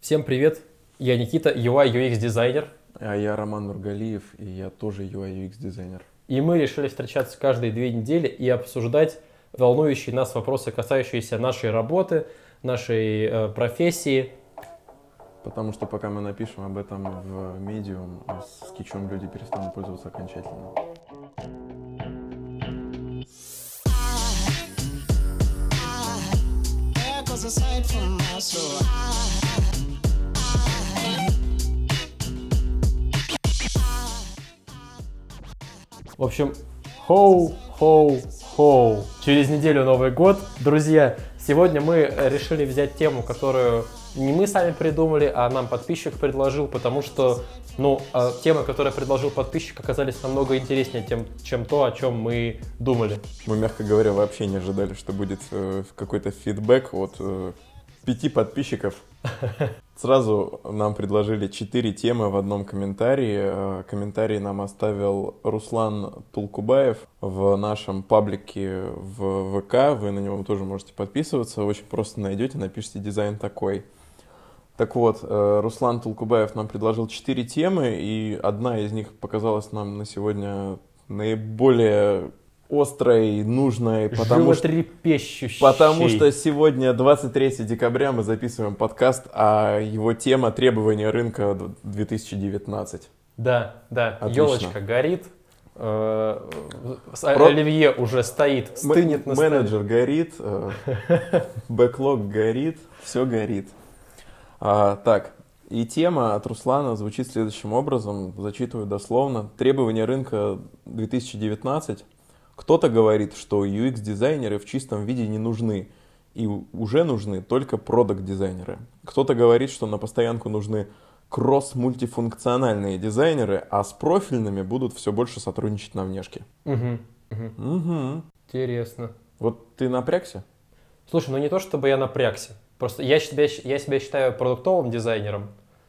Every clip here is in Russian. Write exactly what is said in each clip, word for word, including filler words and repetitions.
Всем привет, я Никита, ю ай ю экс дизайнер. А я Роман Нургалиев, и я тоже ю ай ю экс дизайнер. И мы решили встречаться каждые две недели и обсуждать волнующие нас вопросы, касающиеся нашей работы, нашей э, профессии. Потому что пока мы напишем об этом в Medium, с Кичом люди перестанут пользоваться окончательно. В общем, хоу-хоу-хоу. Через неделю Новый год. Друзья, сегодня мы решили взять тему, которую не мы сами придумали, а нам подписчик предложил, потому что, ну, темы, которые предложил подписчик, оказались намного интереснее, тем, чем то, о чем мы думали. Мы, мягко говоря, вообще не ожидали, что будет э, какой-то фидбэк от э, пяти подписчиков. Сразу нам предложили четыре темы в одном комментарии. Комментарий нам оставил Руслан Тулкубаев в нашем паблике в ВК. Вы на него тоже можете подписываться. Очень просто найдете, напишите «Дизайн такой». Так вот, Руслан Тулкубаев нам предложил четыре темы, и одна из них показалась нам на сегодня наиболее острой, нужной, потому что, потому что сегодня, двадцать третьего декабря, мы записываем подкаст, а его тема «Требования рынка две тысячи девятнадцать». Да, да, Отлично. Елочка горит, э, Про... Оливье уже стоит, стынет на столе. Менеджер горит, э, бэклог горит, все горит. А, так, и тема от Руслана звучит следующим образом, зачитываю дословно. «Требования рынка две тысячи девятнадцать». Кто-то говорит, что ю экс-дизайнеры в чистом виде не нужны, и уже нужны только продакт-дизайнеры. Кто-то говорит, что на постоянку нужны кросс-мультифункциональные дизайнеры, а с профильными будут все больше сотрудничать на внешке. Угу, угу. Угу. Интересно. Вот ты напрягся? Слушай, ну не то, чтобы я напрягся. Просто я себя, я себя считаю продуктовым дизайнером,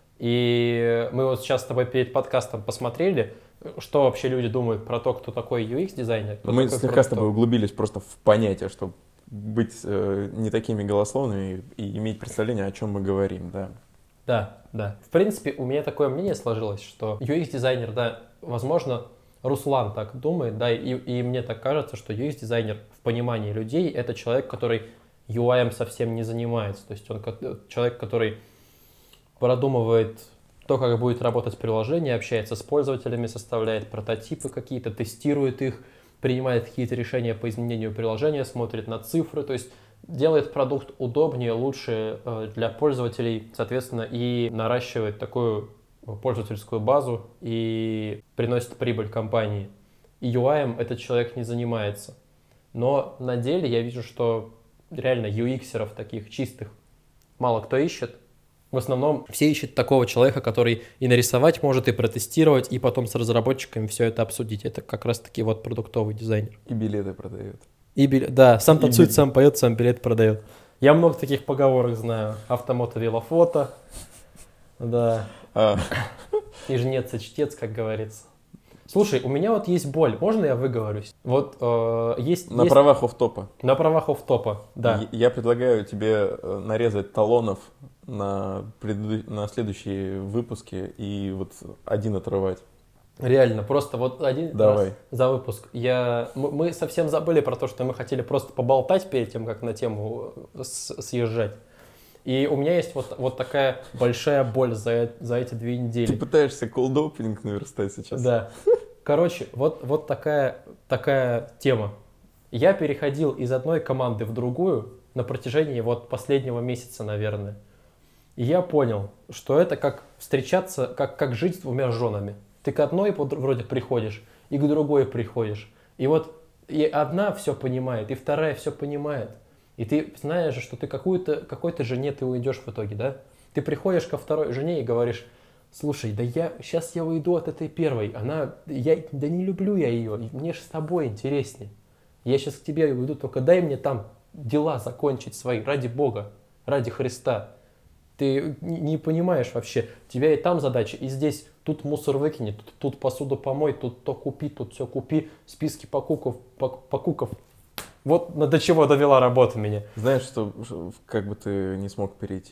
и мы вот сейчас с тобой перед подкастом посмотрели, что вообще люди думают про то, кто такой ю экс-дизайнер. Мы слегка с тобой углубились просто в понятие, чтобы быть э, не такими голословными и, и иметь представление, о чем мы говорим, да. Да, да. В принципе, у меня такое мнение сложилось, что ю экс-дизайнер, да, возможно, Руслан так думает, да, и, и мне так кажется, что ю экс-дизайнер в понимании людей — это человек, который ю ай совсем не занимается. То есть он как человек, который продумывает то, как будет работать приложение, общается с пользователями, составляет прототипы какие-то, тестирует их, принимает какие-то решения по изменению приложения, смотрит на цифры, то есть делает продукт удобнее, лучше для пользователей, соответственно, и наращивает такую пользовательскую базу и приносит прибыль компании. И ю ай этот человек не занимается. Но на деле я вижу, что реально ю эксеров таких чистых мало кто ищет. В основном все ищут такого человека, который и нарисовать может, и протестировать, и потом с разработчиками все это обсудить. Это как раз-таки вот продуктовый дизайнер. И билеты продает. И билет, да, сам танцует, сам поет, сам билет продает. Я много таких поговорок знаю. Автомото, велофото. Да. А. И жнец, и чтец, как говорится. Слушай, у меня вот есть боль. Можно я выговорюсь? Вот э, есть... На есть... правах офф-топа. На правах офф-топа, да. Я предлагаю тебе нарезать талонов на, преду... на следующие выпуски и вот один отрывать. Реально, просто вот один Давай. раз за выпуск. Я... Мы совсем забыли про то, что мы хотели просто поболтать перед тем, как на тему съезжать. И у меня есть вот, вот такая большая боль за, за эти две недели. Ты пытаешься колд-опенинг наверстать сейчас. Да. Короче, вот, вот такая, такая тема. Я переходил из одной команды в другую на протяжении вот последнего месяца, наверное. И я понял, что это как встречаться, как, как жить с двумя женами. Ты к одной вроде приходишь, и к другой приходишь. И вот и одна все понимает, и вторая все понимает. И ты знаешь, что ты какую-то, какой-то жене ты уйдешь в итоге, да? Ты приходишь ко второй жене и говоришь: слушай, да я сейчас я уйду от этой первой, она, я, да не люблю я ее, мне же с тобой интереснее. Я сейчас к тебе уйду, только дай мне там дела закончить свои, ради Бога, ради Христа. Ты не понимаешь вообще, у тебя и там задача, и здесь тут мусор выкини, тут, тут посуду помой, тут то купи, тут все купи, списки покупок, покупок. Вот до чего довела работа меня. Знаешь, что как бы ты не смог перейти?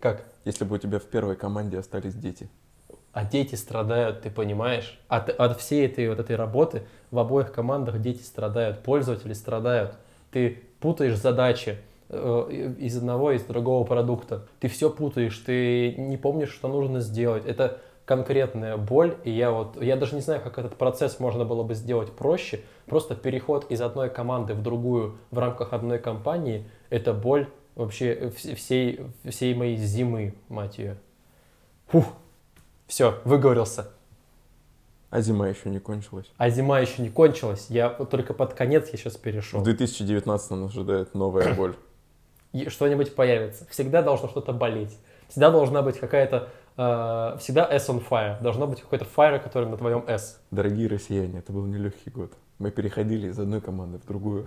Как? Если бы у тебя в первой команде остались дети. А дети страдают, ты понимаешь? От, от всей этой вот этой работы в обоих командах дети страдают, пользователи страдают. Ты путаешь задачи э, из одного, из другого продукта. Ты все путаешь, ты не помнишь, что нужно сделать. Это конкретная боль, и я вот, я даже не знаю, как этот процесс можно было бы сделать проще. Просто переход из одной команды в другую в рамках одной компании, это боль вообще всей, всей моей зимы, мать ее. Фух. Все, выговорился. А зима еще не кончилась. А зима еще не кончилась. Я вот только под конец я сейчас перешел. В две тысячи девятнадцатом нас ожидает новая боль. И что-нибудь появится. Всегда должно что-то болеть. Всегда должна быть какая-то... Э, всегда S on fire. Должно быть какой-то fire, который на твоем S. Дорогие россияне, это был нелегкий год. Мы переходили из одной команды в другую.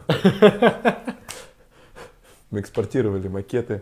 Мы экспортировали макеты.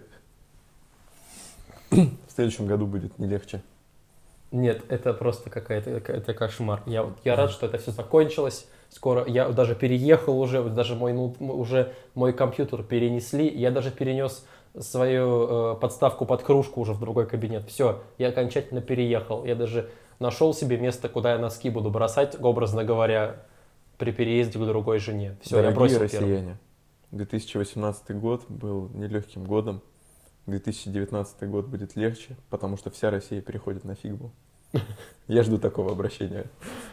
В следующем году будет не легче. Нет, это просто какая-то это кошмар. Я, я рад, что это все закончилось. Скоро я даже переехал уже, даже мой, ноут, уже мой компьютер перенесли. Я даже перенес свою э, подставку под кружку уже в другой кабинет. Все, я окончательно переехал. Я даже нашел себе место, куда я носки буду бросать, образно говоря, при переезде к другой жене. Все, Дорогие я бросил россияне, первым. две тысячи восемнадцатый год был нелегким годом. две тысячи девятнадцатый год будет легче, потому что вся Россия переходит на фигму. Я жду такого обращения.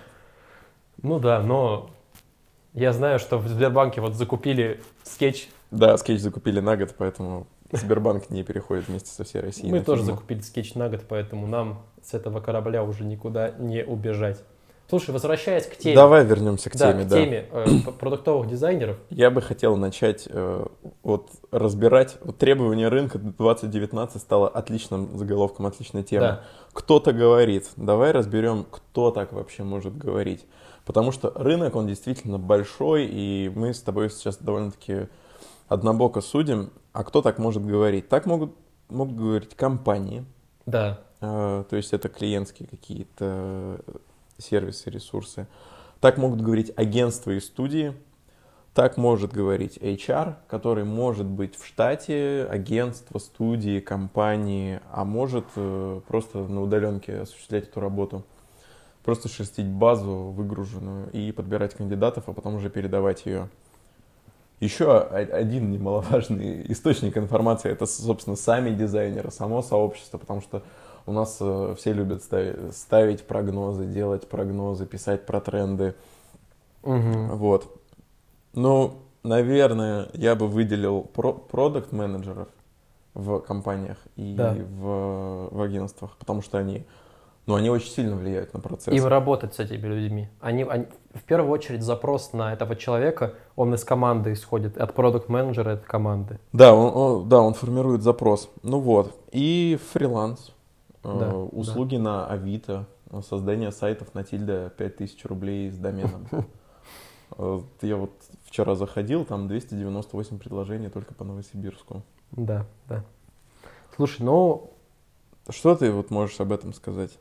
Ну да, но я знаю, что в Сбербанке вот закупили скетч. Да, скетч закупили на год, поэтому Сбербанк не переходит вместе со всей Россией. Мы тоже закупили скетч на год, поэтому нам с этого корабля уже никуда не убежать. Слушай, возвращаясь к теме. Давай вернемся к да, теме, к да. теме э, продуктовых дизайнеров. Я бы хотел начать э, вот разбирать. Вот требования рынка двадцать девятнадцать стало отличным заголовком, отличной темой. Да. Кто-то говорит. Давай разберем, кто так вообще может говорить. Потому что рынок, он действительно большой, и мы с тобой сейчас довольно-таки однобоко судим. А кто так может говорить? Так могут, могут говорить компании. Да. Э, то есть это клиентские какие-то сервисы, ресурсы. Так могут говорить агентства и студии. Так может говорить эйч ар, который может быть в штате агентства, студии, компании, а может э, просто на удаленке осуществлять эту работу. Просто шерстить базу выгруженную и подбирать кандидатов, а потом уже передавать ее. Еще один немаловажный источник информации — это, собственно, сами дизайнеры, само сообщество, потому что у нас э, все любят ставить, ставить прогнозы, делать прогнозы, писать про тренды. Угу. Вот. Ну, наверное, я бы выделил про- продакт-менеджеров в компаниях и Да. в, в агентствах, потому что они, ну, они очень сильно влияют на процесс. Им работать с этими людьми. Они, они, в первую очередь запрос на этого человека, он из команды исходит, от продакт-менеджера этой команды. Да, он, он, да, он формирует запрос. Ну вот. И фриланс. Да, э, услуги да. на Авито, создание сайтов на Тильда пять тысяч рублей с доменом. Э, Я вот вчера заходил, там двести девяносто восемь предложений только по Новосибирску. Да, да. Слушай, ну, Что ты вот можешь об этом сказать?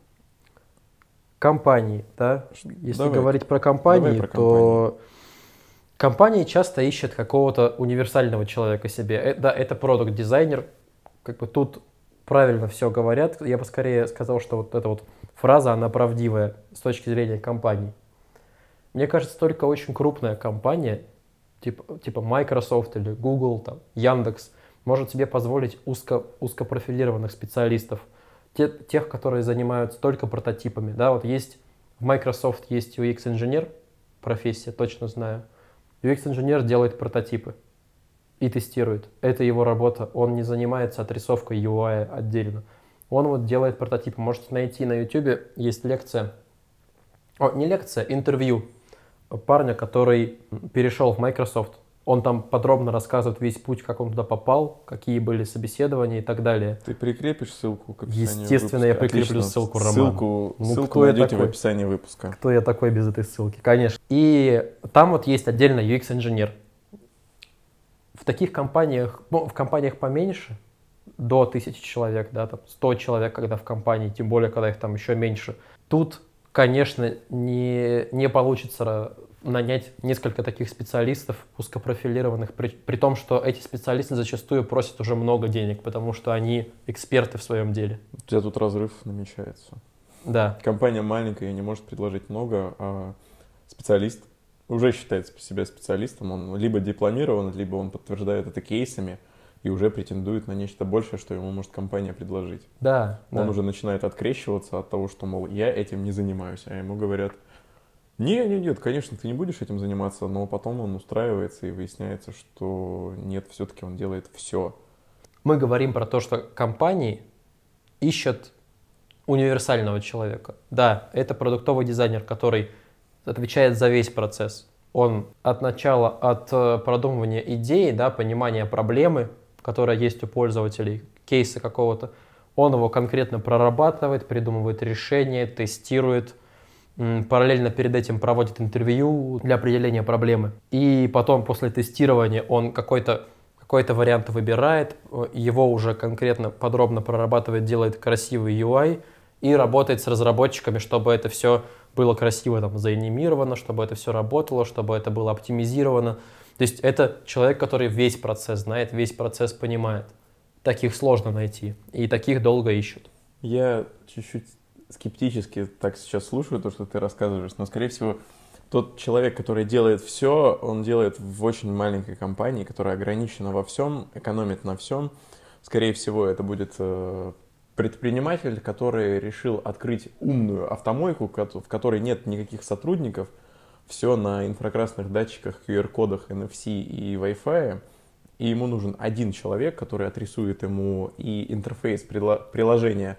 компании, да, если Давай. говорить про компании, Давай про то компании часто ищут какого-то универсального человека себе. Э, Да, это продакт-дизайнер, как бы тут правильно все говорят. Я бы скорее сказал, что вот эта вот фраза, она правдивая с точки зрения компаний. Мне кажется, только очень крупная компания, типа, типа Microsoft или Google, там, Яндекс, может себе позволить узко, узкопрофилированных специалистов, те, тех, которые занимаются только прототипами. Да, вот есть в Microsoft есть ю экс-инженер, профессия, точно знаю. ю экс-инженер делает прототипы и тестирует. Это его работа. Он не занимается отрисовкой ю ай отдельно. Он вот делает прототипы. Можете найти на YouTube, есть лекция. О, не лекция, интервью парня, который перешел в Microsoft. Он там подробно рассказывает весь путь, как он туда попал, какие были собеседования и так далее. Ты прикрепишь ссылку к описанию Естественно, я выпуска? прикреплю Отлично. ссылку, Роман. Ссылку, Ну, ссылку кто я найдете такой? в описании выпуска. Кто я такой без этой ссылки? Конечно. И там вот есть отдельно ю экс-инженер. В таких компаниях, ну, в компаниях поменьше, до тысячи человек, да, там сто человек, когда в компании, тем более, когда их там еще меньше. Тут, конечно, не, не получится нанять несколько таких специалистов узкопрофилированных, при, при том, что эти специалисты зачастую просят уже много денег, потому что они эксперты в своем деле. У тебя тут разрыв намечается. Да. Компания маленькая и не может предложить много, а специалист уже считается себя специалистом, он либо дипломирован, либо он подтверждает это кейсами и уже претендует на нечто большее, что ему может компания предложить. Да, Он да. уже начинает открещиваться от того, что, мол, я этим не занимаюсь, а ему говорят: не, не, нет, конечно, ты не будешь этим заниматься, но потом он устраивается и выясняется, что нет, все-таки он делает все. Мы говорим про то, что компании ищут универсального человека. Да, это продуктовый дизайнер, который отвечает за весь процесс. Он от начала, от продумывания идеи, да, понимания проблемы, которая есть у пользователей, кейса какого-то, он его конкретно прорабатывает, придумывает решение, тестирует, параллельно перед этим проводит интервью для определения проблемы. И потом после тестирования он какой-то какой-то вариант выбирает, его уже конкретно подробно прорабатывает, делает красивый ю ай и работает с разработчиками, чтобы это все было красиво там заанимировано, чтобы это все работало, чтобы это было оптимизировано. То есть это человек, который весь процесс знает, весь процесс понимает. Таких сложно найти, и таких долго ищут. Я чуть-чуть скептически так сейчас слушаю то, что ты рассказываешь, но, скорее всего, тот человек, который делает все, он делает в очень маленькой компании, которая ограничена во всем, экономит на всем. Скорее всего, это будет предприниматель, который решил открыть умную автомойку, в которой нет никаких сотрудников, все на инфракрасных датчиках, ку ар-кодах, эн эф си и Wi-Fi, и ему нужен один человек, который отрисует ему и интерфейс приложения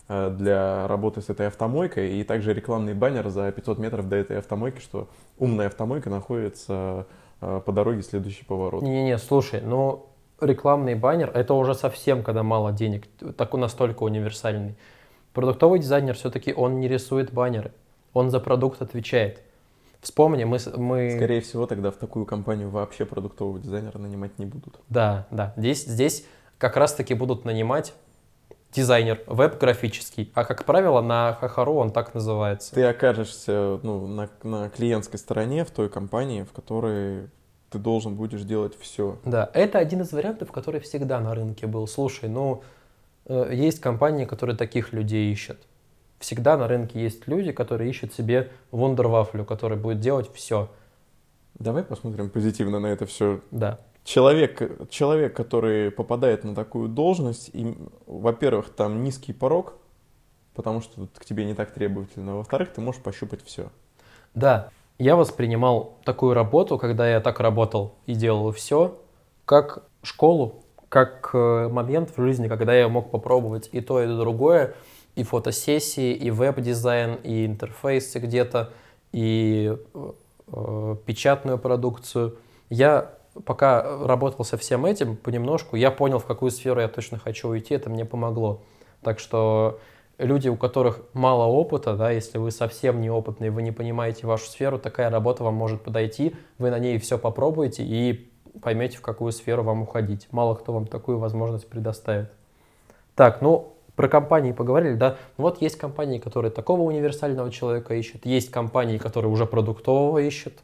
для работы с этой автомойкой, и также рекламный баннер за пятьсот метров до этой автомойки, что умная автомойка находится по дороге следующий поворот. Не-не-не, слушай, ну рекламный баннер — это уже совсем, когда мало денег, так настолько универсальный. Продуктовый дизайнер все-таки он не рисует баннеры, он за продукт отвечает. Вспомни, мы, мы... Скорее всего, тогда в такую компанию вообще продуктового дизайнера нанимать не будут. Да, да, здесь, здесь как раз-таки будут нанимать дизайнер веб-графический, а, как правило, на Хохору он так называется. Ты окажешься ну, на, на клиентской стороне в той компании, в которой ты должен будешь делать все. Да, это один из вариантов, который всегда на рынке был. Слушай, ну, э, есть компании, которые таких людей ищут. Всегда на рынке есть люди, которые ищут себе вундервафлю, который будет делать все. Давай посмотрим позитивно на это все. Да. Человек, человек, который попадает на такую должность, и, во-первых, там низкий порог, потому что тут к тебе не так требовательно. Во-вторых, ты можешь пощупать все. Да, я воспринимал такую работу, когда я так работал и делал все, как школу, как момент в жизни, когда я мог попробовать и то, и другое, и фотосессии, и веб-дизайн, и интерфейсы где-то, и э, печатную продукцию. Я пока работал со всем этим понемножку, я понял, в какую сферу я точно хочу уйти, это мне помогло. Так что люди, у которых мало опыта, да, если вы совсем неопытный, вы не понимаете вашу сферу, такая работа вам может подойти, вы на ней все попробуете и поймете, в какую сферу вам уходить. Мало кто вам такую возможность предоставит. Так, ну, про компании поговорили, да. Вот есть компании, которые такого универсального человека ищут, есть компании, которые уже продуктового ищут.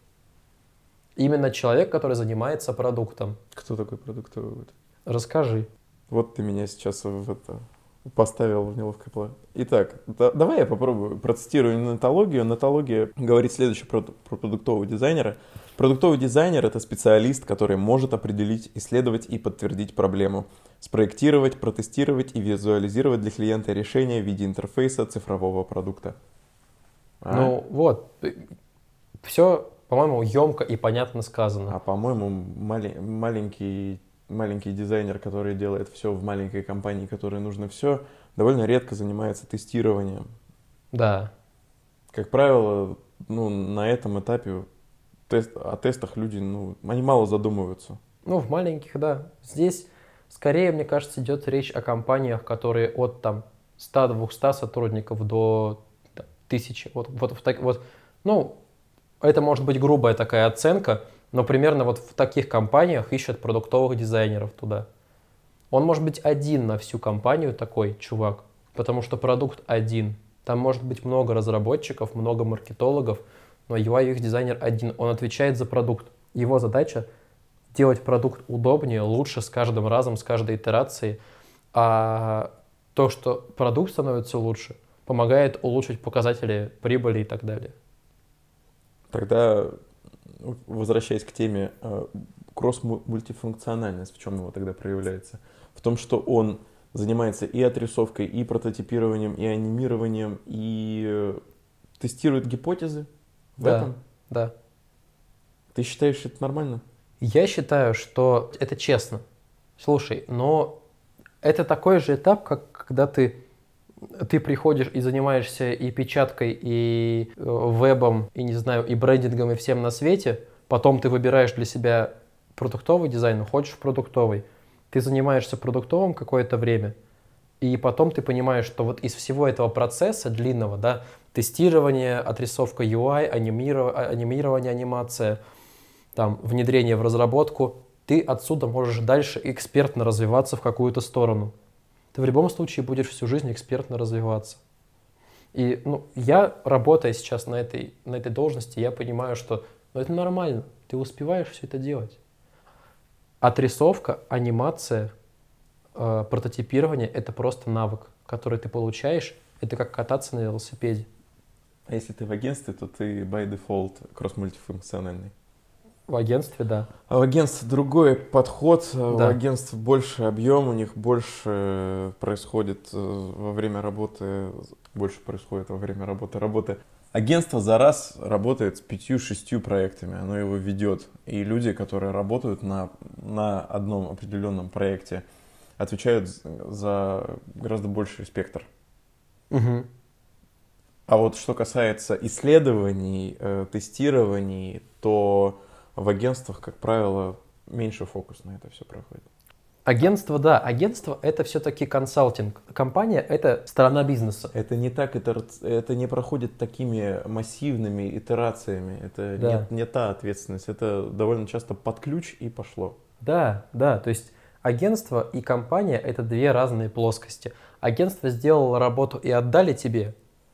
Именно человек, который занимается продуктом. Кто такой продуктовый? Расскажи. Вот ты меня сейчас в это поставил в неловкое положение. Итак, да, давай я попробую процитирую нотологию. Нотология говорит следующее про, про продуктового дизайнера. Продуктовый дизайнер — это специалист, который может определить, исследовать и подтвердить проблему, спроектировать, протестировать и визуализировать для клиента решения в виде интерфейса цифрового продукта. А? Ну вот, все, по-моему, емко и понятно сказано. А по-моему, мали- маленький, маленький дизайнер, который делает все в маленькой компании, которой нужно все, довольно редко занимается тестированием. Да. Как правило, ну, на этом этапе тест, о тестах люди, ну, они мало задумываются. Ну, в маленьких, да. Здесь скорее, мне кажется, идет речь о компаниях, которые от там ста-двухсот сотрудников до да, тысячи. Вот, вот, в так, вот, ну, это может быть грубая такая оценка, но примерно вот в таких компаниях ищут продуктовых дизайнеров туда. Он может быть один на всю компанию такой чувак, потому что продукт один. Там может быть много разработчиков, много маркетологов, но ю ай ю экс дизайнер один, он отвечает за продукт. Его задача делать продукт удобнее, лучше с каждым разом, с каждой итерацией. А то, что продукт становится лучше, помогает улучшить показатели прибыли и так далее. Тогда, возвращаясь к теме, кросс-мультифункциональность, в чем его тогда проявляется? В том, что он занимается и отрисовкой, и прототипированием, и анимированием, и тестирует гипотезы в Да, этом? да. Ты считаешь это нормально? Я считаю, что это честно. Слушай, но это такой же этап, как когда ты, ты приходишь и занимаешься и печаткой, и э, вебом, и, не знаю, и брендингом, и всем на свете. Потом ты выбираешь для себя продуктовый дизайн, хочешь в продуктовый. Ты занимаешься продуктовым какое-то время, и потом ты понимаешь, что вот из всего этого процесса длинного, да, тестирование, отрисовка ю ай, анимирование, анимирование, анимация, там, внедрение в разработку, ты отсюда можешь дальше экспертно развиваться в какую-то сторону. Ты в любом случае будешь всю жизнь экспертно развиваться. И ну, я, работая сейчас на этой, на этой должности, я понимаю, что ну, это нормально, ты успеваешь все это делать. Отрисовка, анимация, э, прототипирование — это просто навык, который ты получаешь. Это как кататься на велосипеде. А если ты в агентстве, то ты by default кросс-мультифункциональный. В агентстве, да. А в агентстве другой подход, да. В агентстве больше объем, у них больше происходит во время работы, больше происходит во время работы работы. Агентство за раз работает с пятью-шестью проектами, оно его ведет. И люди, которые работают на, на одном определенном проекте, отвечают за гораздо больший спектр. Угу. А вот что касается исследований, э, тестирований, то в агентствах, как правило, меньше фокус на это все проходит. Агентство, да. Агентство — это все-таки консалтинг. Компания — это сторона бизнеса. Это не так, это, это не проходит такими массивными итерациями. Это да. не, не та ответственность. Это довольно часто под ключ и пошло. Да, да. То есть агентство и компания — это две разные плоскости. Агентство сделало работу и отдали тебе,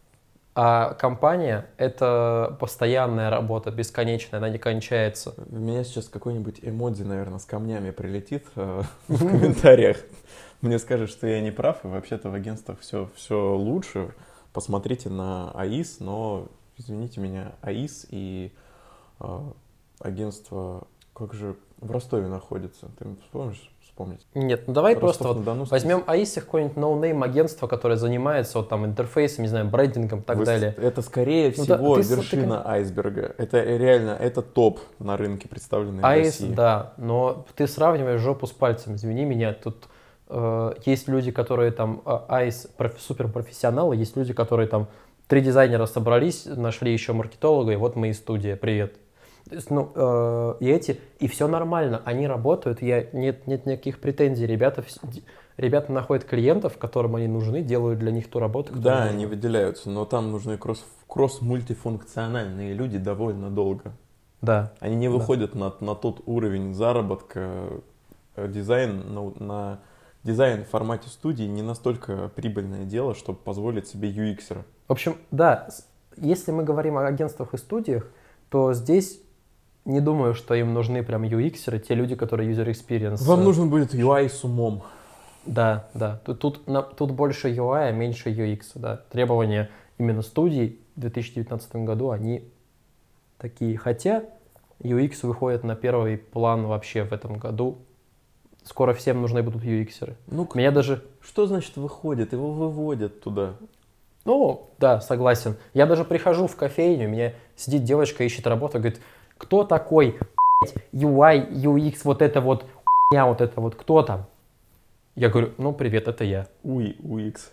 а компания — это постоянная работа, бесконечная, она не кончается. У меня сейчас какой-нибудь эмодзи, наверное, с камнями прилетит э, в комментариях. Мне скажет, что я не прав, и вообще-то в агентствах все, все лучше. Посмотрите на АИС, но, извините меня, АИС и э, агентство, как же в Ростове находится, ты вспомнишь? Вспомнить. Нет, ну давай просто вот возьмем АИС и какое-нибудь ноунейм агентство, которое занимается вот там интерфейсом, не знаю, брендингом и так Вы, далее. Это скорее ну, всего да, вершина ты... айсберга. Это реально, это топ на рынке представленный АИС, в России. Да, но ты сравниваешь жопу с пальцем, извини меня, тут э, есть люди, которые там АИС проф, суперпрофессионалы, есть люди, которые там три дизайнера собрались, нашли еще маркетолога, и вот мы и студия, привет. То есть, ну, э, и эти, и все нормально, они работают, я, нет, нет никаких претензий, ребята, ребята находят клиентов, которым они нужны, делают для них ту работу, которую Да, нужно. Они выделяются, но там нужны кросс, кросс-мультифункциональные люди довольно долго. Да. Они не выходят да. на, на тот уровень заработка, дизайн, на, на дизайн в формате студии не настолько прибыльное дело, чтобы позволить себе ю экс-ера. В общем, да, если мы говорим о агентствах и студиях, то здесь не думаю, что им нужны прям ю экс-еры, те люди, которые user experience. Вам нужен будет ю ай с умом. Да, да. Тут, тут, на, тут больше ю ай, а меньше ю экс. Да. Требования именно студий в две тысячи девятнадцатом году, они такие. Хотя ю экс выходит на первый план вообще в этом году. Скоро всем нужны будут ю экс-еры. Ну, Меня даже... Что значит выходит? Его выводят туда. Ну, да, согласен. Я даже прихожу в кофейню, у меня сидит девочка, икщет работу, говорит, кто такой, ю ай, ю экс, вот это вот, хуйня, вот это вот, кто там? Я говорю, ну, привет, это я. Уй, ю экс.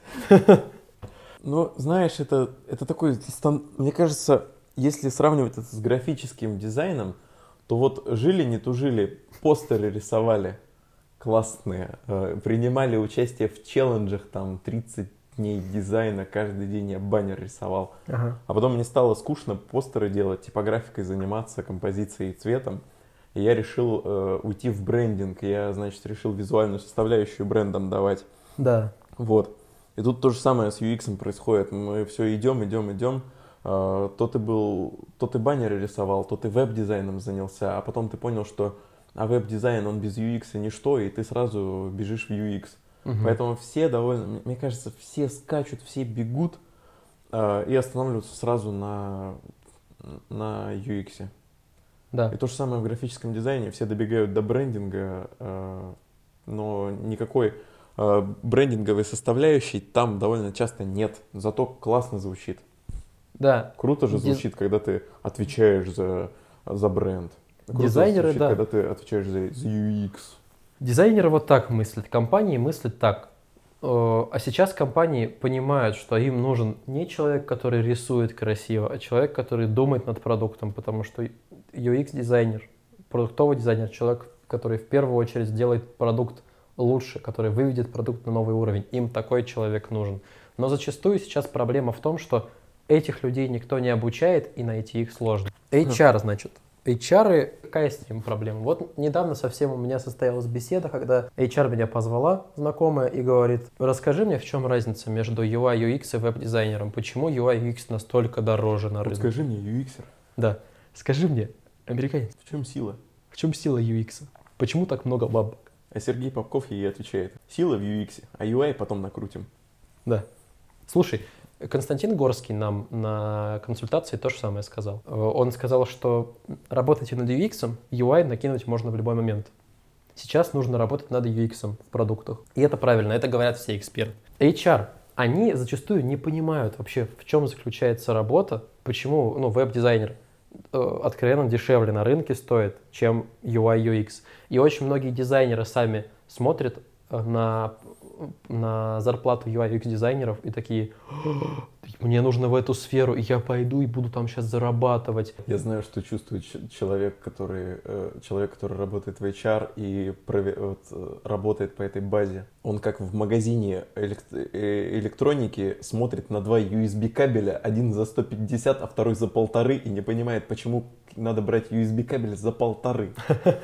Ну, знаешь, это, это такой, мне кажется, если сравнивать это с графическим дизайном, то вот жили, не тужили, постеры рисовали классные, принимали участие в челленджах, там, тридцать дней дизайна, каждый день я баннер рисовал. Ага. А потом мне стало скучно постеры делать, типографикой заниматься, композицией и цветом. И я решил э, уйти в брендинг. Я, значит, решил визуальную составляющую брендам давать. Да. Вот. И тут то же самое с ю экс происходит. Мы все идем, идем, идем. э, то ты был, то ты баннеры рисовал, то ты веб-дизайном занялся, а потом ты понял, что а веб-дизайн, он без ю экс ничто, и ты сразу бежишь в ю экс. Угу. Поэтому все довольно, мне кажется, все скачут, все бегут э, и останавливаются сразу на, на ю экс. Да. И то же самое в графическом дизайне. Все добегают до брендинга, э, но никакой э, брендинговой составляющей там довольно часто нет. Зато классно звучит. Да. Круто же Диз... звучит, когда ты отвечаешь за, за бренд. Круто Дизайнеры, звучит, да. когда ты отвечаешь за, за ю экс. Дизайнеры вот так мыслят, компании мыслят так. А сейчас компании понимают, что им нужен не человек, который рисует красиво, а человек, который думает над продуктом, потому что ю экс-дизайнер, продуктовый дизайнер, человек, который в первую очередь сделает продукт лучше, который выведет продукт на новый уровень. Им такой человек нужен. Но зачастую сейчас проблема в том, что этих людей никто не обучает, и найти их сложно. эйч ар, значит. эйч ар, какая с ним проблема? Вот недавно совсем у меня состоялась беседа, когда эйч ар меня позвала, знакомая, и говорит: расскажи мне, в чем разница между ю ай, ю экс и веб-дизайнером? Почему ю ай, ю экс настолько дороже на рынке? Вот скажи мне, ю эксер. Да. Скажи мне, американец, В чем сила? в чем сила ю экс? Почему так много бабок? А Сергей Попков ей отвечает: сила в ю экс, а ю ай потом накрутим. Да. Слушай, Константин Горский нам на консультации то же самое сказал. Он сказал, что работайте над ю экс, ю ай накинуть можно в любой момент. Сейчас нужно работать над ю экс в продуктах. И это правильно, это говорят все эксперты. эйч ар, они зачастую не понимают вообще, в чем заключается работа, почему ну, веб-дизайнер э, откровенно дешевле на рынке стоит, чем ю ай, ю экс. И очень многие дизайнеры сами смотрят на, на зарплату ю ай, ю экс дизайнеров и такие: мне нужно в эту сферу, и я пойду и буду там сейчас зарабатывать. Я знаю, что чувствует человек, который, э, человек, который работает в эйч ар и прови- вот, э, работает по этой базе. Он как в магазине элект- э, электроники смотрит на два ю эс би кабеля, один за сто пятьдесят, а второй за полторы, и не понимает, почему надо брать ю эс би кабель за полторы.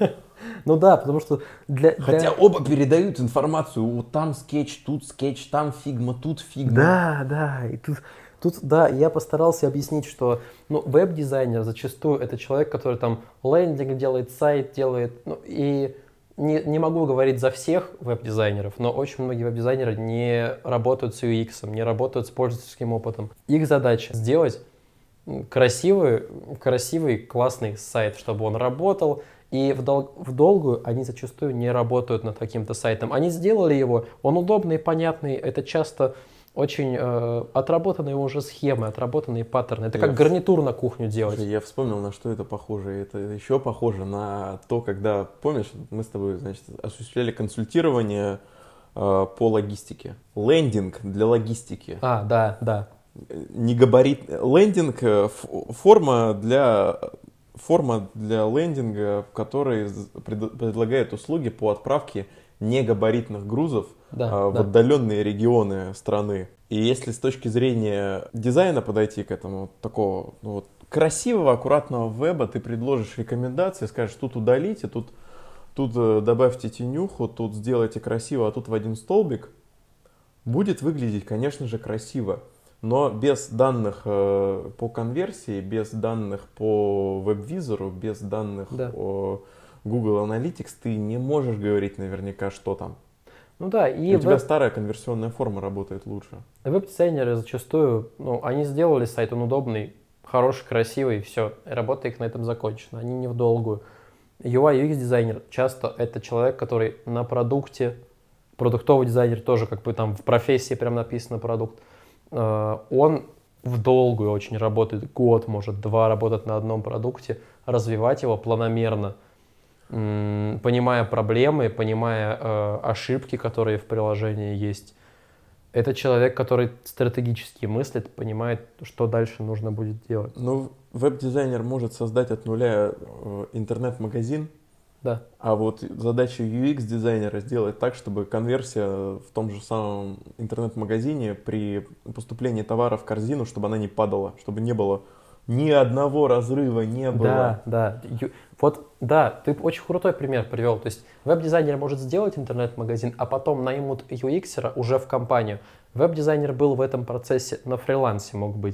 Ну да, потому что для... Хотя оба передают информацию. Вот там скетч, тут скетч, там фигма, тут фигма. Да, да, и тут, тут, да, я постарался объяснить, что, ну, веб-дизайнер зачастую это человек, который там лендинг делает, сайт делает, ну, и не, не могу говорить за всех веб-дизайнеров, но очень многие веб-дизайнеры не работают с ю экс, не работают с пользовательским опытом. Их задача сделать красивый, красивый, классный сайт, чтобы он работал. И в, дол- в долгую они зачастую не работают над каким-то сайтом. Они сделали его, он удобный, понятный, это часто очень э, отработанные уже схемы, отработанные паттерны. Это как Я гарнитур на кухню делать. Я вспомнил, на что это похоже. Это еще похоже на то, когда, помнишь, мы с тобой, значит, осуществляли консультирование э, по логистике. Лендинг для логистики. А, да, да. Не габарит. Лендинг э, форма для... Форма для лендинга, в которой пред, предлагает услуги по отправке негабаритных грузов да, а, в да. отдаленные регионы страны. И если с точки зрения дизайна подойти к этому, такого ну, вот, красивого, аккуратного веба, ты предложишь рекомендации, скажешь: тут удалите, тут, тут добавьте тенюху, тут сделайте красиво, а тут в один столбик, будет выглядеть, конечно же, красиво. Но без данных э, по конверсии, без данных по веб-визору, без данных да. по Google Analytics ты не можешь говорить наверняка, что там. Ну да, и у веб... тебя старая конверсионная форма работает лучше. Веб-дизайнеры зачастую, ну, они сделали сайт, он удобный, хороший, красивый, все, работа их на этом закончена, они не в долгую. ю ай, ю экс дизайнер часто это человек, который на продукте, продуктовый дизайнер тоже, как бы там в профессии прям написано продукт, он в долгую очень работает, год, может, два работать на одном продукте, развивать его планомерно, понимая проблемы, понимая э, ошибки, которые в приложении есть. Это человек, который стратегически мыслит, понимает, что дальше нужно будет делать. Ну, веб-дизайнер может создать от нуля э, интернет-магазин, да. А вот задача ю экс-дизайнера сделать так, чтобы конверсия в том же самом интернет-магазине при поступлении товара в корзину, чтобы она не падала, чтобы не было ни одного разрыва, не было. Да, да. Ю... Вот, да, ты очень крутой пример привел. То есть веб-дизайнер может сделать интернет-магазин, а потом наймут ю эксера уже в компанию. Веб-дизайнер был в этом процессе на фрилансе, мог быть.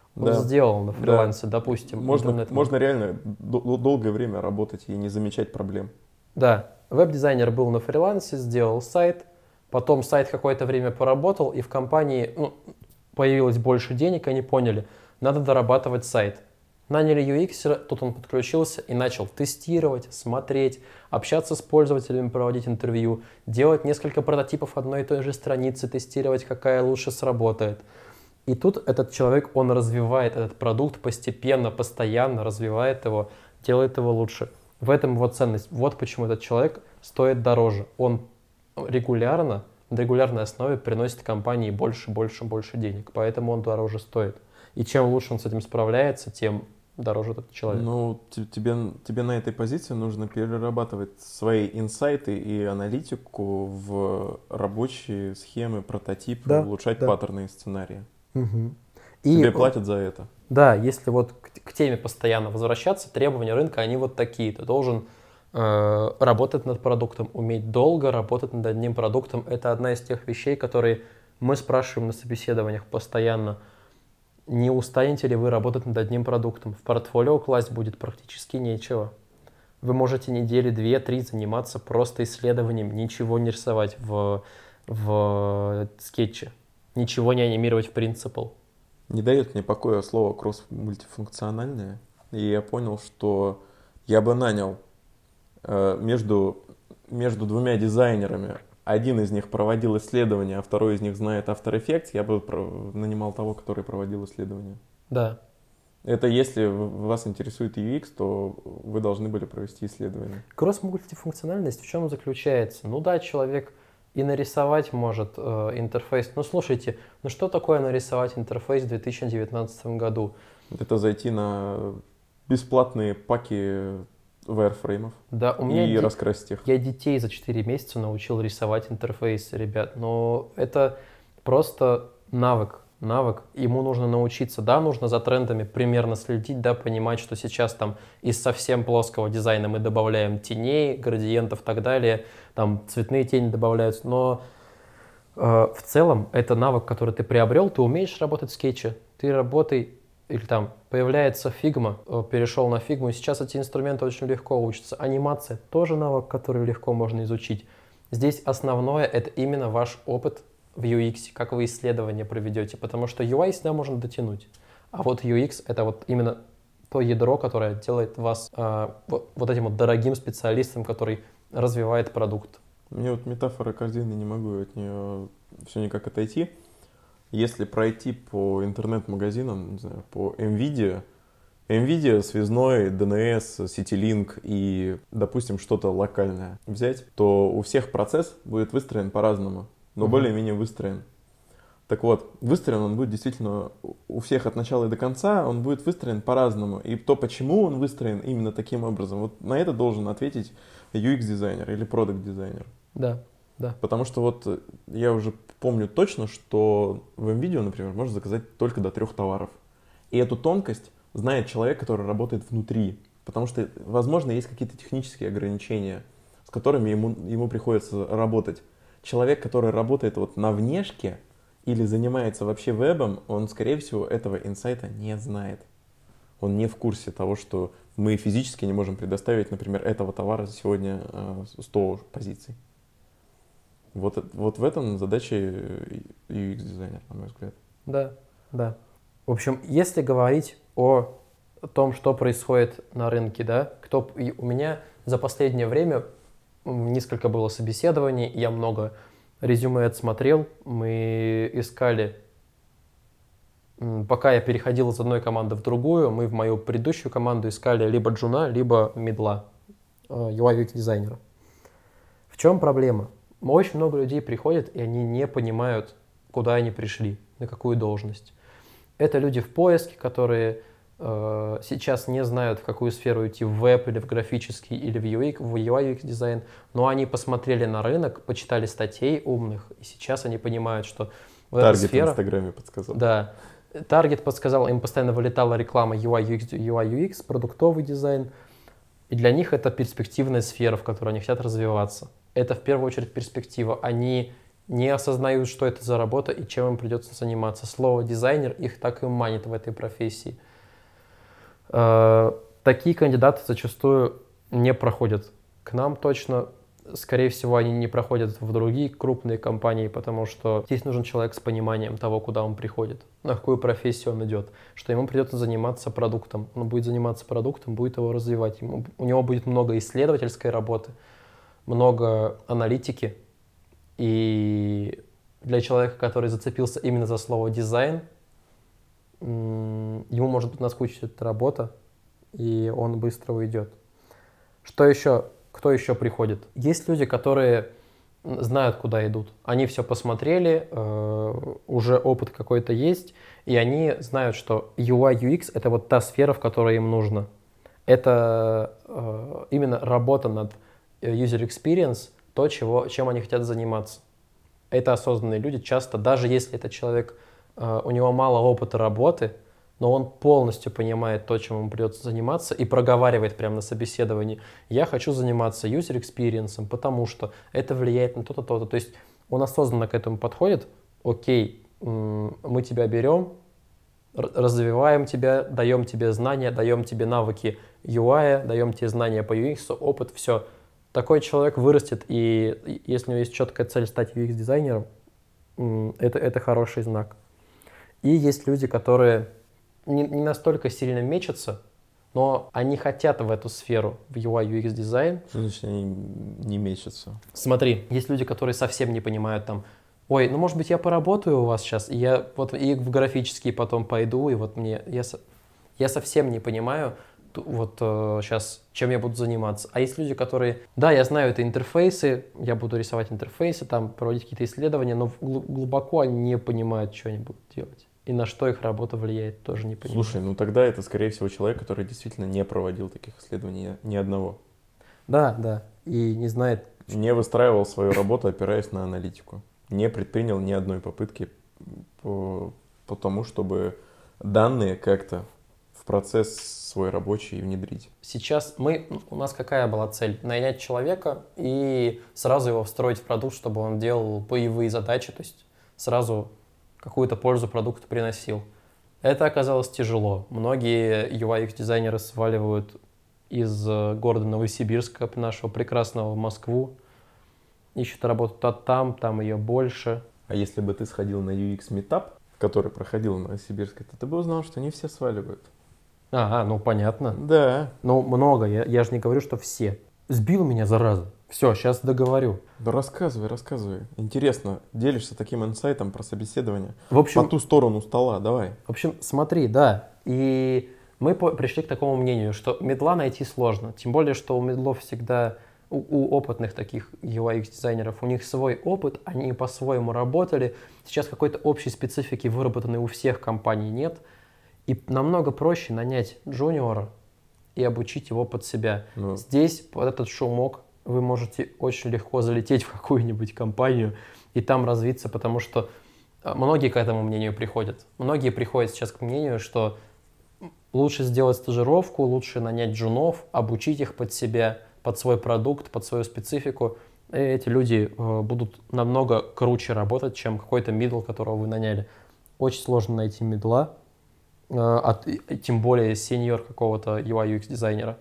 он Да. сделал на Да. фрилансе, допустим. Можно, интернет- можно реально дол- долгое время работать и не замечать проблем. Да, веб-дизайнер был на фрилансе, сделал сайт, потом сайт какое-то время поработал, и в компании ну, появилось больше денег, они поняли, надо дорабатывать сайт. Наняли ю экс-ера, тут он подключился и начал тестировать, смотреть, общаться с пользователями, проводить интервью, делать несколько прототипов одной и той же страницы, тестировать, какая лучше сработает. И тут этот человек, он развивает этот продукт постепенно, постоянно развивает его, делает его лучше. В этом его ценность. Вот почему этот человек стоит дороже. Он регулярно, на регулярной основе приносит компании больше, больше, больше денег. Поэтому он дороже стоит. И чем лучше он с этим справляется, тем дороже этот человек. Ну, те- тебе, тебе на этой позиции нужно перерабатывать свои инсайты и аналитику в рабочие схемы, прототипы, Да, улучшать да. паттерны и сценарии. Мгм. Тебе И, платят за это. да, если вот к, к теме постоянно возвращаться, требования рынка, они вот такие. Ты должен э, работать над продуктом, уметь долго работать над одним продуктом. Это одна из тех вещей, которые мы спрашиваем на собеседованиях постоянно. Не устанете ли вы работать над одним продуктом? В портфолио класть будет практически нечего. Вы можете недели две-три заниматься просто исследованием, ничего не рисовать в, в скетче, ничего не анимировать в Principle. Не дает мне покоя слово кросс-мультифункциональное. И я понял, что я бы нанял э, между, между двумя дизайнерами. Один из них проводил исследование, а второй из них знает After Effects. Я бы про- нанимал того, который проводил исследование. Да. Это если в- вас интересует ю экс, то вы должны были провести исследование. Кросс-мультифункциональность в чем заключается? Ну да, человек и нарисовать может э, интерфейс. Ну слушайте, ну что такое нарисовать интерфейс в две тысячи девятнадцатом году? Это зайти на бесплатные паки вайрфреймов Да, у меня и де- раскрасить их. я детей за четыре месяца научил рисовать интерфейс, ребят, но это просто навык, навык, ему нужно научиться, да, нужно за трендами примерно следить, да, понимать, что сейчас там из совсем плоского дизайна мы добавляем теней, градиентов и так далее, там цветные тени добавляются, но э, в целом это навык, который ты приобрел, ты умеешь работать в скетче, ты работай, или там появляется Figma, э, перешел на Figma, и сейчас эти инструменты очень легко учатся. Анимация тоже навык, который легко можно изучить. Здесь основное это именно ваш опыт в ю экс, как вы исследования проведете, потому что ю ай всегда можно дотянуть, а вот ю экс это вот именно то ядро, которое делает вас э, вот, вот этим вот дорогим специалистом, который развивает продукт. Мне вот метафора корзины, не могу от нее все никак отойти. Если пройти по интернет-магазинам, не знаю, по NVIDIA, NVIDIA, связной, ди эн эс, CityLink и, допустим, что-то локальное взять, то у всех процесс будет выстроен по-разному, но Мгм. более-менее выстроен. Так вот, выстроен он будет действительно у всех от начала и до конца, он будет выстроен по-разному. И то, почему он выстроен именно таким образом, вот на это должен ответить ю экс-дизайнер или продакт-дизайнер. Да, да. Потому что вот я уже помню точно, что в NVIDIA, например, можно заказать только до трех товаров. И эту тонкость знает человек, который работает внутри. Потому что, возможно, есть какие-то технические ограничения, с которыми ему, ему приходится работать. Человек, который работает вот на внешке или занимается вообще вебом, он, скорее всего, этого инсайта не знает. Он не в курсе того, что мы физически не можем предоставить, например, этого товара за сегодня э, сто позиций. Вот, э- вот в этом задача ю экс-дизайнера, на мой взгляд. Да, да. В общем, если говорить о том, что происходит на рынке, да, кто п- и у меня за последнее время м, несколько было собеседований, я много резюме отсмотрел, мы искали, м, пока я переходил из одной команды в другую, мы в мою предыдущую команду искали либо джуна, либо мидла, э, ю ай ю экс дизайнера. В чем проблема? Очень много людей приходят, и они не понимают, куда они пришли, на какую должность. Это люди в поиске, которые э, сейчас не знают, в какую сферу идти, в веб или в графический, или в ю экс, в ю ай ю экс дизайн, но они посмотрели на рынок, почитали статей умных, и сейчас они понимают, что вот эта Таргет в сфера... Инстаграме подсказал. Да, Таргет подсказал, им постоянно вылетала реклама ю ай ю экс, ю ай ю экс, продуктовый дизайн, и для них это перспективная сфера, в которой они хотят развиваться. Это в первую очередь перспектива. Они не осознают, что это за работа и чем им придется заниматься. Слово «дизайнер» их так и манит в этой профессии. Такие кандидаты зачастую не проходят к нам точно. Скорее всего, они не проходят в другие крупные компании, потому что здесь нужен человек с пониманием того, куда он приходит, на какую профессию он идет, что ему придется заниматься продуктом. Он будет заниматься продуктом, будет его развивать. Ему, у него будет много исследовательской работы, много аналитики. И для человека, который зацепился именно за слово «дизайн», ему может быть наскучить эта работа, и он быстро уйдет. Что еще? Кто еще приходит? Есть люди, которые знают, куда идут. Они все посмотрели, э, уже опыт какой-то есть, и они знают, что ю ай ю экс — это вот та сфера, в которой им нужно. Это э, именно работа над user experience, то, чего, чем они хотят заниматься. Это осознанные люди. Часто, даже если этот человек, э, у него мало опыта работы, но он полностью понимает то, чем ему придется заниматься, и проговаривает прямо на собеседовании: я хочу заниматься user experience, потому что это влияет на то-то, то-то. То есть он осознанно к этому подходит: окей, мы тебя берем, развиваем тебя, даем тебе знания, даем тебе навыки ю ай, даем тебе знания по ю экс, опыт, все. Такой человек вырастет, и если у него есть четкая цель стать ю экс-дизайнером, это, это хороший знак. И есть люди, которые Не, не настолько сильно мечутся, но они хотят в эту сферу, в ю ай ю экс дизайн. Что значит они не мечутся? Смотри, есть люди, которые совсем не понимают там: ой, ну может быть я поработаю у вас сейчас, и я вот и в графический потом пойду, и вот мне, я, я совсем не понимаю вот э, сейчас, чем я буду заниматься. А есть люди, которые, да, я знаю, это интерфейсы, я буду рисовать интерфейсы, там проводить какие-то исследования, но глубоко они не понимают, что они будут делать. И на что их работа влияет, тоже не понимаю. Слушай, ну тогда это, скорее всего, человек, который действительно не проводил таких исследований ни одного. Да, да. И не знает... Не выстраивал свою работу, опираясь на аналитику. Не предпринял ни одной попытки по, по тому, чтобы данные как-то в процесс свой рабочий внедрить. Сейчас мы... У нас какая была цель? Нанять человека и сразу его встроить в продукт, чтобы он делал боевые задачи, то есть сразу какую-то пользу продукту приносил. Это оказалось тяжело. Многие ю ай ю экс-дизайнеры сваливают из города Новосибирска, нашего прекрасного, в Москву. Ищут работу то там, там ее больше. А если бы ты сходил на ю экс Meetup, который проходил в Новосибирске, то ты бы узнал, что не все сваливают. Ага, ну понятно. Да. Ну много, я, я же не говорю, что все. Сбил меня, зараза. Все, сейчас договорю. Да рассказывай, рассказывай. Интересно, делишься таким инсайтом про собеседование. В общем, по ту сторону стола, давай. В общем, смотри, да. И мы по- пришли к такому мнению, что медла найти сложно. Тем более, что у медлов всегда, у, у опытных таких ю ай ю экс-дизайнеров, у них свой опыт, они по-своему работали. Сейчас какой-то общей специфики, выработанной у всех компаний, нет. И намного проще нанять джуниора и обучить его под себя. Ну. Здесь под этот шумок вы можете очень легко залететь в какую-нибудь компанию и там развиться, потому что многие к этому мнению приходят. Многие приходят сейчас к мнению, что лучше сделать стажировку, лучше нанять джунов, обучить их под себя, под свой продукт, под свою специфику. И эти люди будут намного круче работать, чем какой-то мидл, которого вы наняли. Очень сложно найти мидла, а тем более сеньор какого-то ю ай ю экс-дизайнера.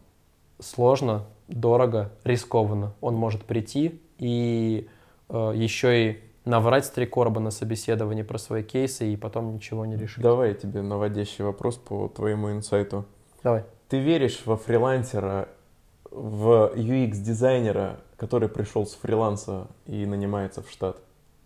Сложно, дорого, рискованно. Он может прийти и э, еще и наврать с три короба на собеседовании про свои кейсы и потом ничего не решить. Давай я тебе наводящий вопрос по твоему инсайту. Давай. Ты веришь во фрилансера, в ю экс-дизайнера, который пришел с фриланса и нанимается в штат?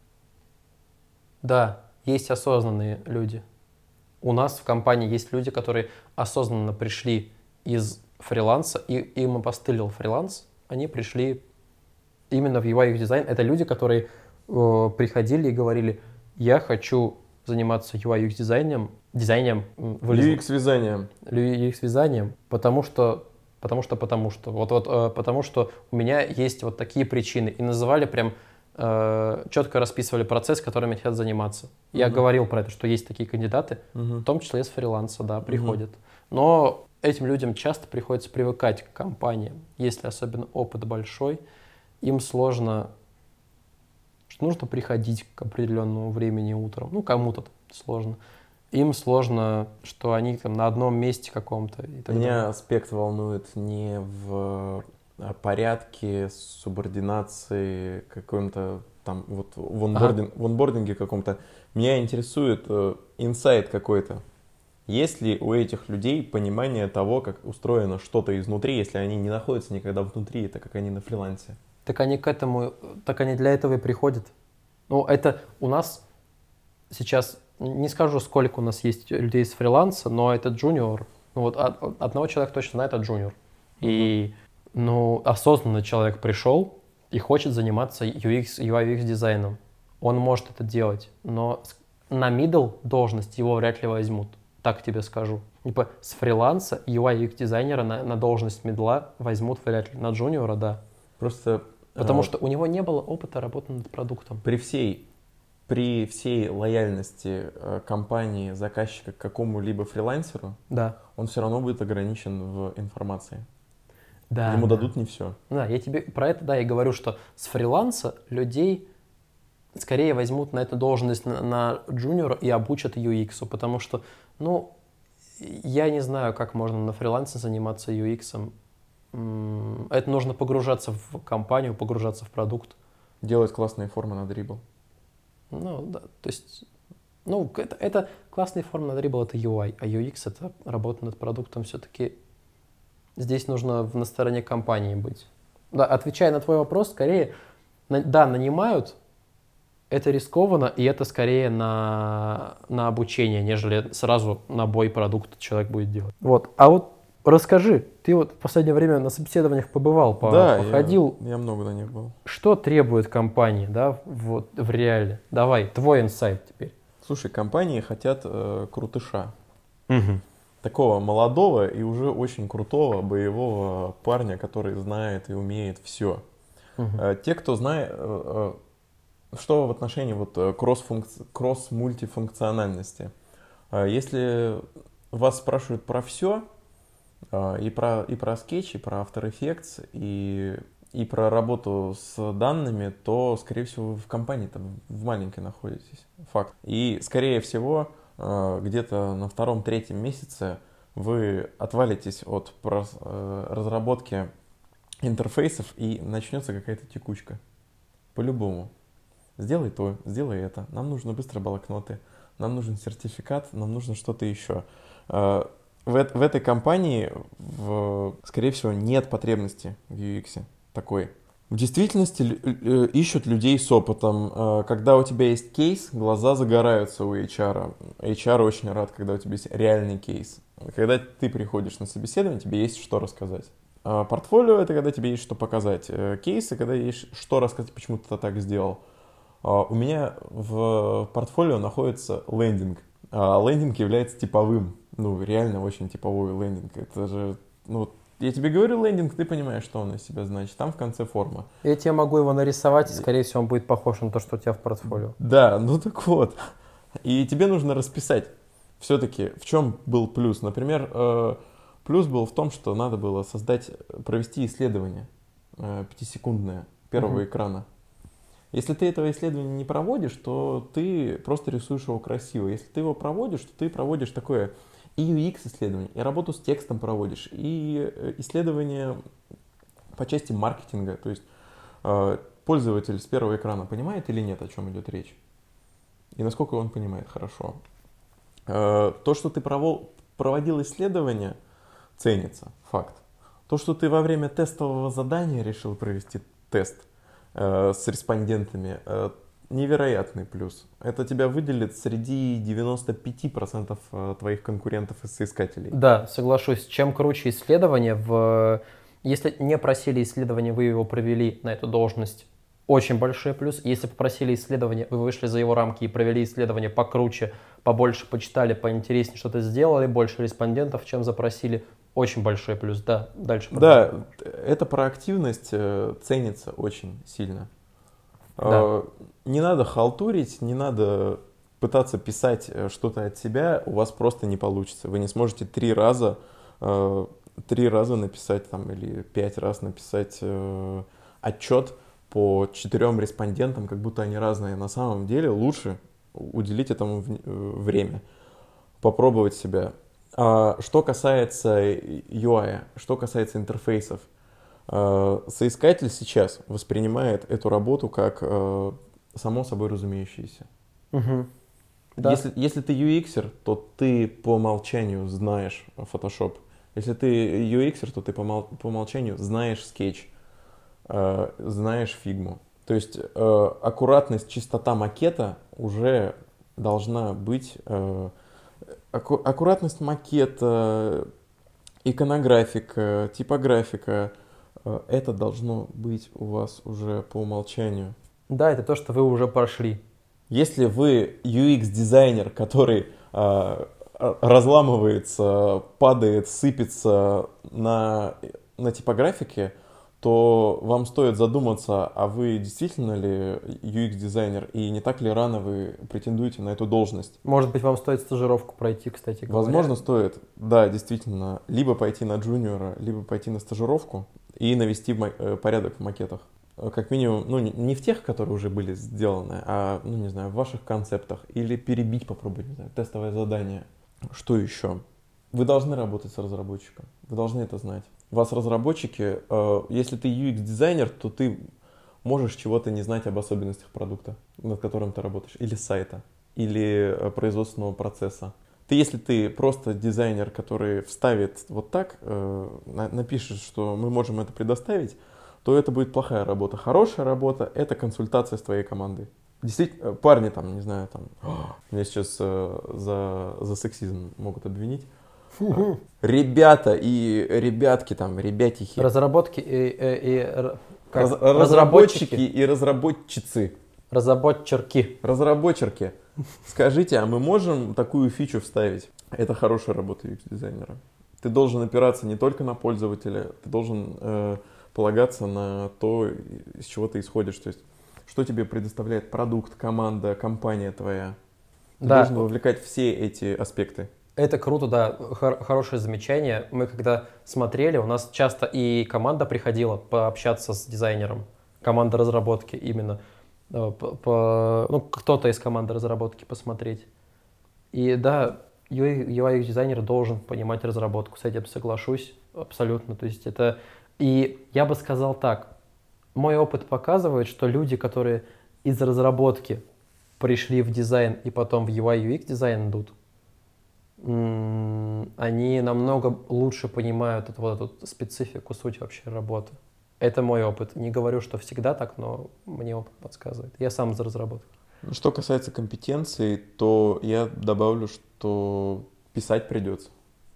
Да, есть осознанные люди. У нас в компании есть люди, которые осознанно пришли из фриланса, и им опостылил фриланс, они пришли именно в ю ай ю экс-дизайн. Это люди, которые э, приходили и говорили: я хочу заниматься ю ай ю экс-дизайном, дизайном, ю экс-вязанием. ю экс-вязанием, потому что, потому что, потому что, вот, вот, э, потому что у меня есть вот такие причины. И называли прям, э, четко расписывали процесс, которым они хотят заниматься. Uh-huh. Я говорил про это, что есть такие кандидаты, uh-huh. в том числе с фриланса, да, приходят. Uh-huh. Но этим людям часто приходится привыкать к компаниям. Если особенно опыт большой, им сложно, нужно приходить к определенному времени утром. Ну, кому-то сложно. Им сложно, что они там на одном месте каком-то. И так Меня далее. аспект волнует не в порядке субординации каком-то там вот в, онбординг, ага. в онбординге каком-то. Меня интересует э, инсайт какой-то. Есть ли у этих людей понимание того, как устроено что-то изнутри, если они не находятся никогда внутри, так как они на фрилансе? Так они к этому, так они для этого и приходят. Ну, это у нас сейчас, не скажу, сколько у нас есть людей с фриланса, но это джуниор. Ну, вот от, от одного человека точно знает, это джуниор. Угу. И, ну, осознанно человек пришел и хочет заниматься ю экс, ю ай ю экс дизайном. Он может это делать, но на middle должность его вряд ли возьмут. Так тебе скажу. Типа с фриланса ю ай ю экс дизайнера на, на должность мидла возьмут вряд ли. На джуниора, да. Просто... Потому э, что у него не было опыта работы над продуктом. При всей, при всей лояльности э, компании, заказчика к какому-либо фрилансеру, да. он все равно будет ограничен в информации. Да, Ему да. дадут не все. Да, я тебе про это, да, и говорю, что с фриланса людей скорее возьмут на эту должность на, на джуниора и обучат ю экс, потому что, ну, я не знаю, как можно на фрилансе заниматься ю экс. Это нужно погружаться в компанию, погружаться в продукт. Делать классные формы на дрибл. Ну, да, то есть, ну, это, это классные формы на дрибл, это ю ай, а ю экс это работа над продуктом все-таки. Здесь нужно на стороне компании быть. Да, отвечая на твой вопрос, скорее, на, да, нанимают, это рискованно, и это скорее на, на обучение, нежели сразу на бой продукт человек будет делать. Вот, а вот расскажи, ты вот в последнее время на собеседованиях побывал, по, да, походил. Я, я много на них был. Что требует компании, да, вот в реале? Давай, твой инсайт теперь. Слушай, компании хотят э, крутыша. Угу. Такого молодого и уже очень крутого боевого парня, который знает и умеет все. Угу. Э, те, кто знает, э, э, что в отношении вот кросс-функци- кросс-мультифункциональности. Э, если вас спрашивают про все, э, и про, и про скетч, и про After Effects, и, и про работу с данными, то, скорее всего, вы в компании там в маленькой находитесь. Факт. И, скорее всего, где-то на втором-третьем месяце вы отвалитесь от разработки интерфейсов и начнется какая-то текучка. По-любому. Сделай то, сделай это. Нам нужны быстро блокноты, нам нужен сертификат, нам нужно что-то еще. В, в этой компании, в, скорее всего, нет потребности в ю экс такой. В действительности ищут людей с опытом. Когда у тебя есть кейс, глаза загораются у эйч ар. эйч ар очень рад, когда у тебя есть реальный кейс. Когда ты приходишь на собеседование, тебе есть что рассказать. Портфолио — это когда тебе есть что показать. Кейсы — когда есть что рассказать, почему ты так сделал. У меня в портфолио находится лендинг. Лендинг является типовым. Ну, реально очень типовой лендинг. Это же, ну, я тебе говорю лендинг, ты понимаешь, что он из себя значит. Там в конце форма. Я тебе могу его нарисовать, и, скорее всего, он будет похож на то, что у тебя в портфолио. Да, ну так вот. И тебе нужно расписать все-таки, в чем был плюс. Например, плюс был в том, что надо было создать, провести исследование пятисекундное первого uh-huh. экрана. Если ты этого исследования не проводишь, то ты просто рисуешь его красиво. Если ты его проводишь, то ты проводишь такое и ю экс исследование, и работу с текстом проводишь, и исследование по части маркетинга. То есть э, пользователь с первого экрана понимает или нет, о чем идет речь, и насколько он понимает хорошо. Э, то, что ты провол, проводил исследование, ценится, факт. То, что ты во время тестового задания решил провести тест э, с респондентами, э, невероятный плюс. Это тебя выделит среди девяноста пяти процентов твоих конкурентов и соискателей. Да, соглашусь. Чем круче исследование, в... если не просили исследование, вы его провели на эту должность, очень большой плюс. Если попросили исследование, вы вышли за его рамки и провели исследование покруче, побольше почитали, поинтереснее, что-то сделали, больше респондентов, чем запросили, очень большой плюс. Да, дальше. Да, эта проактивность ценится очень сильно. Да. Не надо халтурить, не надо пытаться писать что-то от себя, у вас просто не получится. Вы не сможете три раза, три раза написать там, или пять раз написать отчет по четырем респондентам, как будто они разные. На самом деле лучше уделить этому время, попробовать себя. А что касается ю ай, что касается интерфейсов, соискатель сейчас воспринимает эту работу как само собой разумеющееся. Угу. Да. Если, если ты ю экс-ер, то ты по умолчанию знаешь Photoshop. Если ты ю экс-ер, то ты по, мол, по умолчанию знаешь Sketch, э, знаешь Figma. То есть э, аккуратность, чистота макета уже должна быть. Э, аку, аккуратность макета, иконографика, типографика, э, это должно быть у вас уже по умолчанию. Да, это то, что вы уже прошли. Если вы ю экс-дизайнер, который э, разламывается, падает, сыпется на, на типографике, то вам стоит задуматься, а вы действительно ли ю экс-дизайнер, и не так ли рано вы претендуете на эту должность. Может быть, вам стоит стажировку пройти, кстати говоря. Возможно, стоит, да, действительно, либо пойти на джуниора, либо пойти на стажировку и навести порядок в макетах. Как минимум, ну, не в тех, которые уже были сделаны, а, ну, не знаю, в ваших концептах. Или перебить, попробовать, не знаю, тестовое задание. Что еще? Вы должны работать с разработчиком. Вы должны это знать. У вас разработчики, э, если ты ю экс-дизайнер, то ты можешь чего-то не знать об особенностях продукта, над которым ты работаешь. Или сайта, или э, производственного процесса. Ты, если ты просто дизайнер, который вставит вот так, э, напишет, что мы можем это предоставить, то это будет плохая работа. Хорошая работа — это консультация с твоей командой. Действительно, парни там, не знаю, там, меня сейчас э, за, за сексизм могут обвинить. Ребята и ребятки там, ребятихи. Разработки и, и, и Раз, разработчики и разработчицы. Разработчерки. Разработчерки. Скажите, а мы можем такую фичу вставить? Это хорошая работа ю экс-дизайнера. Ты должен опираться не только на пользователя, ты должен э, полагаться на то, из чего ты исходишь. То есть, что тебе предоставляет продукт, команда, компания твоя. Ты да. должен вовлекать все эти аспекты. Это круто, да, Хор- хорошее замечание. Мы когда смотрели, у нас часто и команда приходила пообщаться с дизайнером, команда разработки именно, по, по, ну, кто-то из команды разработки посмотреть. И да, ю ай дизайнер должен понимать разработку, с этим соглашусь абсолютно. То есть это, и я бы сказал так, мой опыт показывает, что люди, которые из разработки пришли в дизайн и потом в ю ай ю экс дизайн идут, они намного лучше понимают эту, вот эту специфику, суть вообще работы. Это мой опыт. Не говорю, что всегда так, но мне опыт подсказывает. Я сам из разработки. Что касается компетенций, то я добавлю, что писать придется.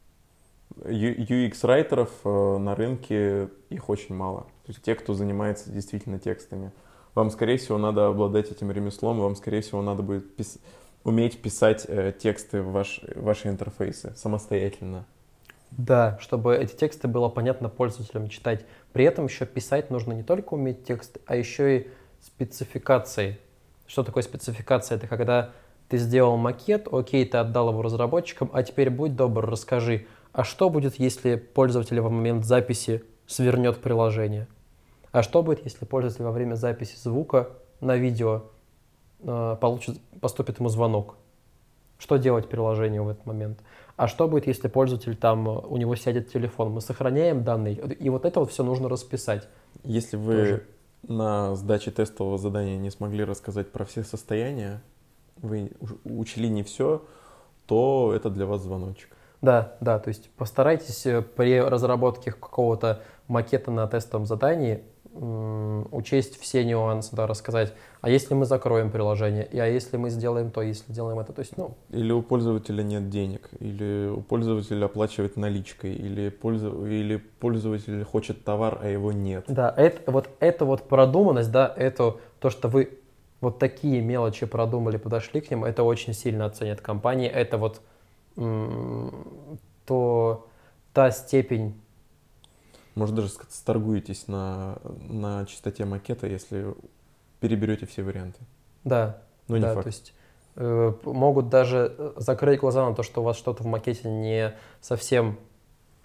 ю экс-райтеров на рынке их очень мало. То есть те, кто занимается действительно текстами. Вам, скорее всего, надо обладать этим ремеслом, вам, скорее всего, надо будет писать. Уметь писать э, тексты в ваш, ваши интерфейсы самостоятельно. Да, чтобы эти тексты было понятно пользователям читать. При этом еще писать нужно не только уметь тексты, а еще и спецификации. Что такое спецификация? Это когда ты сделал макет, окей, ты отдал его разработчикам, а теперь будь добр, расскажи, а что будет, если пользователь во момент записи свернет приложение? А что будет, если пользователь во время записи звука на видео получит, поступит ему звонок? Что делать приложению в этот момент? А что будет, если пользователь там, у него сядет телефон? Мы сохраняем данные, и вот это вот все нужно расписать. Если вы тоже на сдаче тестового задания не смогли рассказать про все состояния, вы учли не все, то это для вас звоночек. Да, да, то есть постарайтесь при разработке какого-то макета на тестовом задании учесть все нюансы, да, рассказать, а если мы закроем приложение, и а если мы сделаем то, если делаем это, то есть, ну... Или у пользователя нет денег, или у пользователя оплачивает наличкой, или, пользов... или пользователь хочет товар, а его нет. Да, это вот, это вот продуманность, да, это то, что вы вот такие мелочи продумали, подошли к ним, это очень сильно оценят компании, это вот м- то, та степень. Может, даже сторгуетесь на, на чистоте макета, если переберете все варианты. Да, но не да, факт. То есть э, могут даже закрыть глаза на то, что у вас что-то в макете не совсем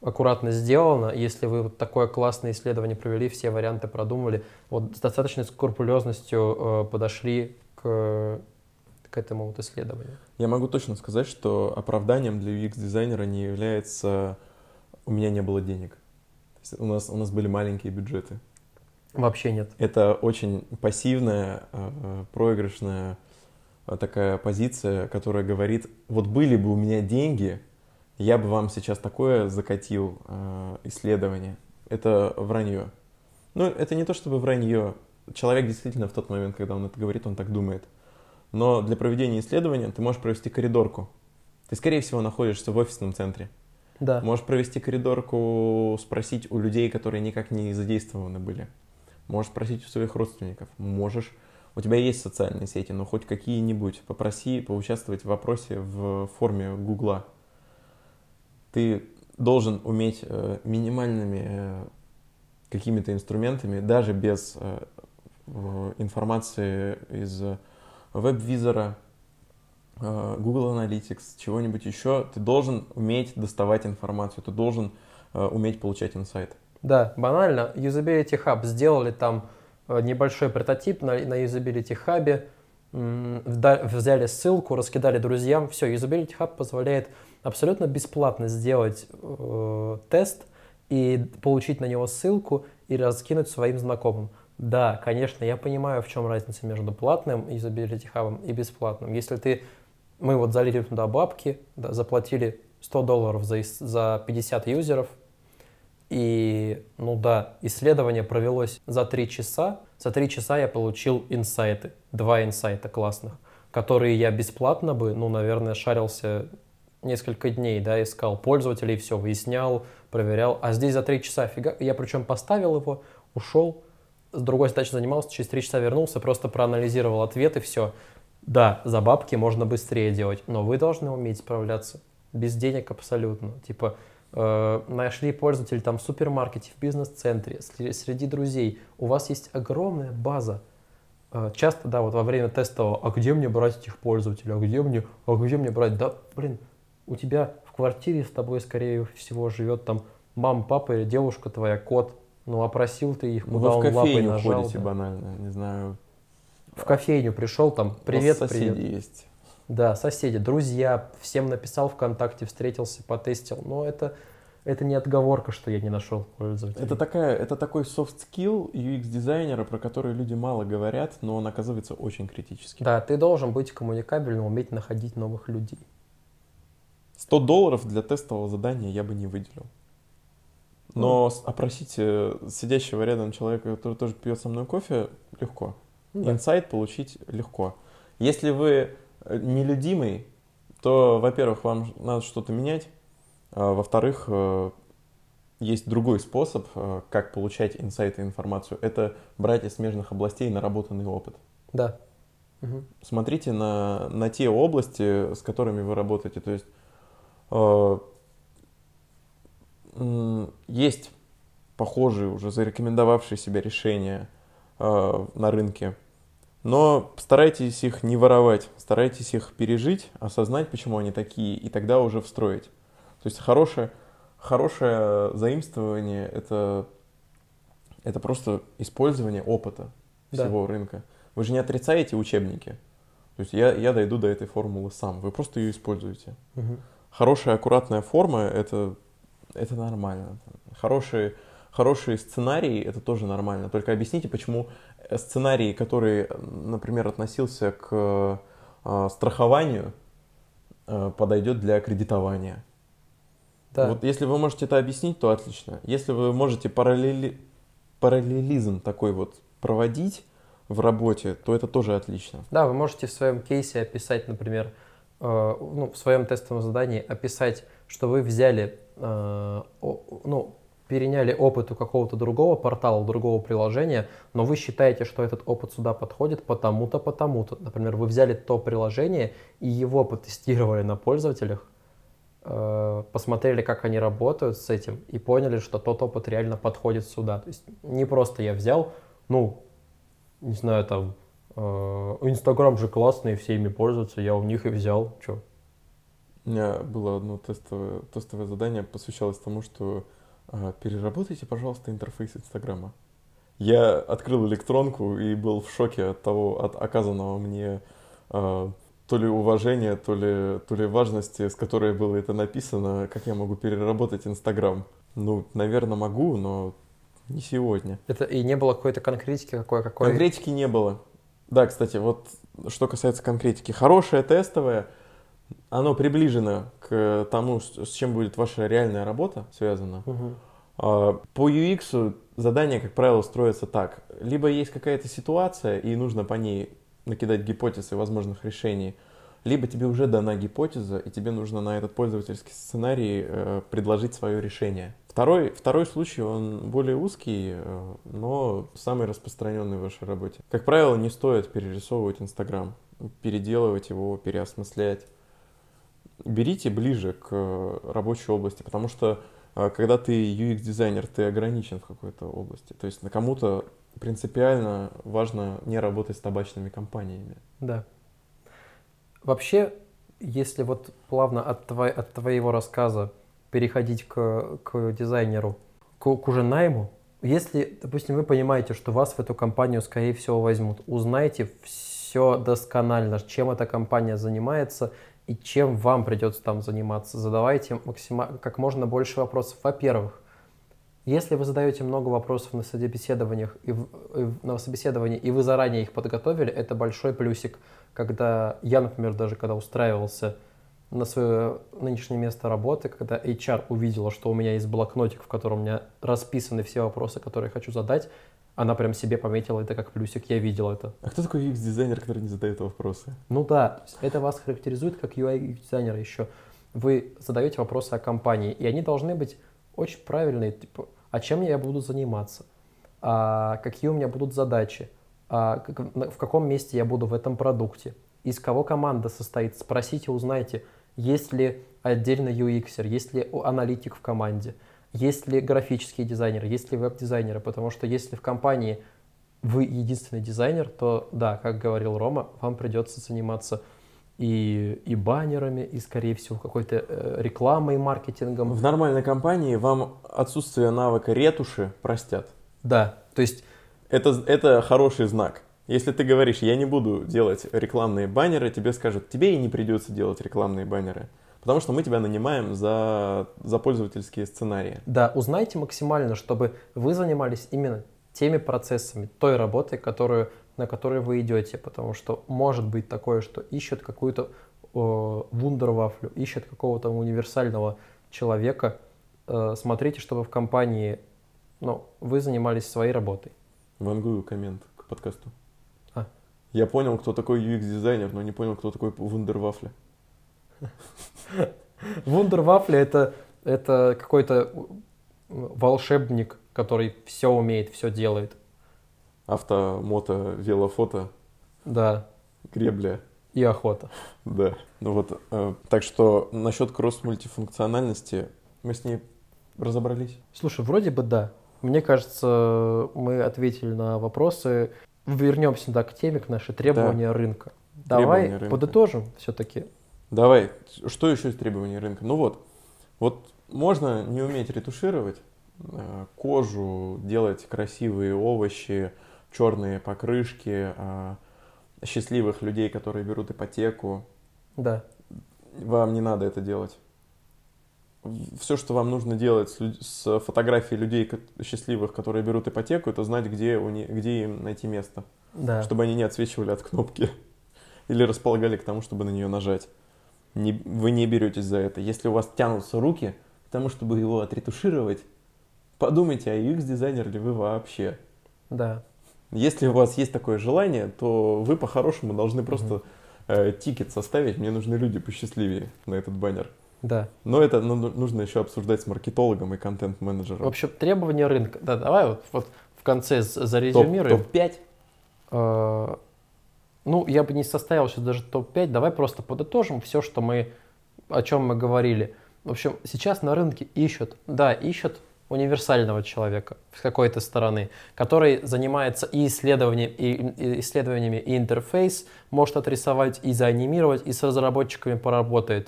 аккуратно сделано. Если вы вот такое классное исследование провели, все варианты продумали, вот с достаточной скрупулезностью э, подошли к, к этому вот исследованию. Я могу точно сказать, что оправданием для ю экс-дизайнера не является «у меня не было денег». То есть у нас, у нас были маленькие бюджеты. Вообще нет. Это очень пассивная, э, проигрышная э, такая позиция, которая говорит, вот были бы у меня деньги, я бы вам сейчас такое закатил э, исследование. Это вранье. Ну, это не то чтобы вранье. Человек действительно в тот момент, когда он это говорит, он так думает. Но для проведения исследования ты можешь провести коридорку. Ты, скорее всего, находишься в офисном центре. Да. Можешь провести коридорку, спросить у людей, которые никак не задействованы были. Можешь спросить у своих родственников. Можешь... У тебя есть социальные сети, но хоть какие-нибудь. Попроси поучаствовать в вопросе в форме Гугла. Ты должен уметь э, минимальными э, какими-то инструментами, даже без э, информации из веб-визора, э, Google Analytics, чего-нибудь еще, ты должен уметь доставать информацию, ты должен э, уметь получать инсайт. Да, банально. Usability Hub сделали там небольшой прототип на, на Usability Hub, взяли ссылку, раскидали друзьям. Все, Usability Hub позволяет абсолютно бесплатно сделать э, тест и получить на него ссылку и раскинуть своим знакомым. Да, конечно, я понимаю, в чем разница между платным Usability Hub и бесплатным. Если ты, мы вот залили туда бабки, да, заплатили сто долларов за, за пятьдесят юзеров, и, ну да, исследование провелось за три часа. За три часа я получил инсайты, два инсайта классных, которые я бесплатно бы, ну, наверное, шарился несколько дней, да, искал пользователей, все выяснял, проверял. А здесь за три часа фига, я причем поставил его, ушел, с другой задачей занимался, через три часа вернулся, просто проанализировал ответы, все. Да, за бабки можно быстрее делать, но вы должны уметь справляться. Без денег абсолютно. Типа, э, нашли пользователей там в супермаркете, в бизнес-центре, среди друзей. У вас есть огромная база. Э, часто, да, вот во время тестового, а где мне брать этих пользователей, а где мне, а где мне брать? Да, блин, у тебя в квартире с тобой, скорее всего, живет там мама, папа или девушка твоя, кот. Ну, опросил ты их, куда Вы он в лапой кофейню нажал. ходите Да. банально, не знаю. В кофейню пришел, там, привет, У вас соседи привет. есть. Да, соседи, друзья, всем написал ВКонтакте, встретился, потестил. Но это, это не отговорка, что я не нашел пользователя. Это, такая, это такой soft skill ю экс-дизайнера, про который люди мало говорят, но он оказывается очень критическим. Да, ты должен быть коммуникабельным, уметь находить новых людей. сто долларов для тестового задания я бы не выделил. Но Ну, опросите сидящего рядом человека, который тоже пьет со мной кофе, легко. да. Инсайт получить легко. Если вы нелюдимый, то, во-первых, вам надо что-то менять. А, во-вторых, есть другой способ, как получать инсайты и информацию. Это брать из смежных областей наработанный опыт. Да. Угу. Смотрите на, на те области, с которыми вы работаете. То есть э, э, есть похожие, уже зарекомендовавшие себя решения э, на рынке. Но старайтесь их не воровать, старайтесь их пережить, осознать, почему они такие, и тогда уже встроить. То есть хорошее, хорошее заимствование это, — это просто использование опыта всего Да. рынка. Вы же не отрицаете учебники. То есть я, я дойду до этой формулы сам, вы просто ее используете. Угу. Хорошая, аккуратная форма это, — это нормально. Хорошие, хорошие сценарии — это тоже нормально. Только объясните, почему сценарий, который, например, относился к э, страхованию, э, подойдет для кредитования. Да. Вот если вы можете это объяснить, то отлично. Если вы можете параллели... параллелизм такой вот проводить в работе, то это тоже отлично. Да, вы можете в своем кейсе описать, например, э, ну, в своем тестовом задании описать, что вы взяли, э, о, ну, переняли опыт у какого-то другого портала, другого приложения, но вы считаете, что этот опыт сюда подходит потому-то, потому-то. Например, вы взяли то приложение и его потестировали на пользователях, э, посмотрели, как они работают с этим, и поняли, что тот опыт реально подходит сюда. То есть не просто я взял, ну, не знаю, там, Инстаграм же классный, все ими пользуются, я у них и взял. Че? У меня было одно тестовое, тестовое задание, посвящалось тому, что а, переработайте, пожалуйста, интерфейс Инстаграма. Я открыл электронку и был в шоке от того, от оказанного мне а, то ли уважения, то ли, то ли важности, с которой было это написано, как я могу переработать Инстаграм. Ну, наверное, могу, но не сегодня. Это и не было какой-то конкретики, какой, какой... Конкретики не было. Да, кстати, вот что касается конкретики. Хорошее тестовое, оно приближено к тому, с чем будет ваша реальная работа связана. Угу. А, По ю экс задание, как правило, строится так. Либо есть какая-то ситуация, и нужно по ней накидать гипотезы возможных решений, либо тебе уже дана гипотеза, и тебе нужно на этот пользовательский сценарий э, предложить свое решение. Второй, второй случай, он более узкий, э, но самый распространенный в вашей работе. Как правило, не стоит перерисовывать Инстаграм, переделывать его, переосмыслять. Берите ближе к э, рабочей области, потому что э, когда ты ю экс-дизайнер, ты ограничен в какой-то области. То есть на кому-то принципиально важно не работать с табачными компаниями. Да. Вообще, если вот плавно от, твой, от твоего рассказа переходить к, к дизайнеру, к, к уже найму, если, допустим, вы понимаете, что вас в эту компанию, скорее всего, возьмут, узнайте все досконально, чем эта компания занимается и чем вам придется там заниматься. Задавайте максимально, как можно больше вопросов. Во-первых, если вы задаете много вопросов на собеседованиях и, в, и на собеседовании, и вы заранее их подготовили, это большой плюсик. Когда я, например, даже когда устраивался на свое нынешнее место работы, когда эйч ар увидела, что у меня есть блокнотик, в котором у меня расписаны все вопросы, которые я хочу задать, она прям себе пометила это как плюсик, я видел это. А кто такой ю экс-дизайнер, который не задает вопросы? Ну да, это вас характеризует как ю ай-дизайнера еще. Вы задаете вопросы о компании, и они должны быть очень правильные, типа, а чем я буду заниматься, а какие у меня будут задачи, а как, в каком месте я буду в этом продукте, из кого команда состоит, спросите, узнайте, есть ли отдельно ю экс-ер, есть ли аналитик в команде, есть ли графический дизайнер, есть ли веб-дизайнеры, потому что если в компании вы единственный дизайнер, то да, как говорил Рома, вам придется заниматься и, и баннерами, и, скорее всего, какой-то э, рекламой, маркетингом. В нормальной компании вам отсутствие навыка ретуши простят. Да, то есть... Это, это хороший знак. Если ты говоришь, я не буду делать рекламные баннеры, тебе скажут, тебе и не придется делать рекламные баннеры. Потому что мы тебя нанимаем за, за пользовательские сценарии. Да, узнайте максимально, чтобы вы занимались именно теми процессами, той работой, которую, на которую вы идете. Потому что может быть такое, что ищут какую-то вундервафлю, ищут какого-то универсального человека. Э, смотрите, чтобы в компании, ну, вы занимались своей работой. Вангую коммент к подкасту. А. Я понял, кто такой ю экс-дизайнер, но не понял, кто такой вундервафля. Вундервафля это, это какой-то волшебник, который все умеет, все делает. Авто, мото, велофото. Да. Гребля. И охота. Да. Ну вот, э, так что насчет кросс-мультифункциональности мы с ней разобрались. Слушай, вроде бы да. Мне кажется, мы ответили на вопросы. Вернемся, да, к теме, к нашей требования да. рынка. Давай требования подытожим рынка. Все-таки. Давай. Что еще из требований рынка? Ну вот, вот можно не уметь ретушировать э, кожу, делать красивые овощи, черные покрышки, э, счастливых людей, которые берут ипотеку. Да. Вам не надо это делать. Все, что вам нужно делать с, с фотографией людей счастливых, которые берут ипотеку, это знать, где, у не, где им найти место. Да. Чтобы они не отсвечивали от кнопки или располагали к тому, чтобы на нее нажать. Не, вы не беретесь за это. Если у вас тянутся руки к тому, чтобы его отретушировать, подумайте, а ю экс-дизайнер ли вы вообще. Да. Если у вас есть такое желание, то вы по-хорошему должны просто угу. э, тикет составить. Мне нужны люди посчастливее на этот баннер. Да. Но это ну, нужно еще обсуждать с маркетологом и контент-менеджером. В общем, требования рынка. Да, давай вот, вот в конце зарезюмируем. топ пять? Э, ну, я бы не составил сейчас даже топ пять. Давай просто подытожим все, что мы, о чем мы говорили. В общем, сейчас на рынке ищут, да, ищут универсального человека с какой-то стороны, который занимается и исследованием, и, и исследованиями, и интерфейс может отрисовать, и заанимировать, и с разработчиками поработает.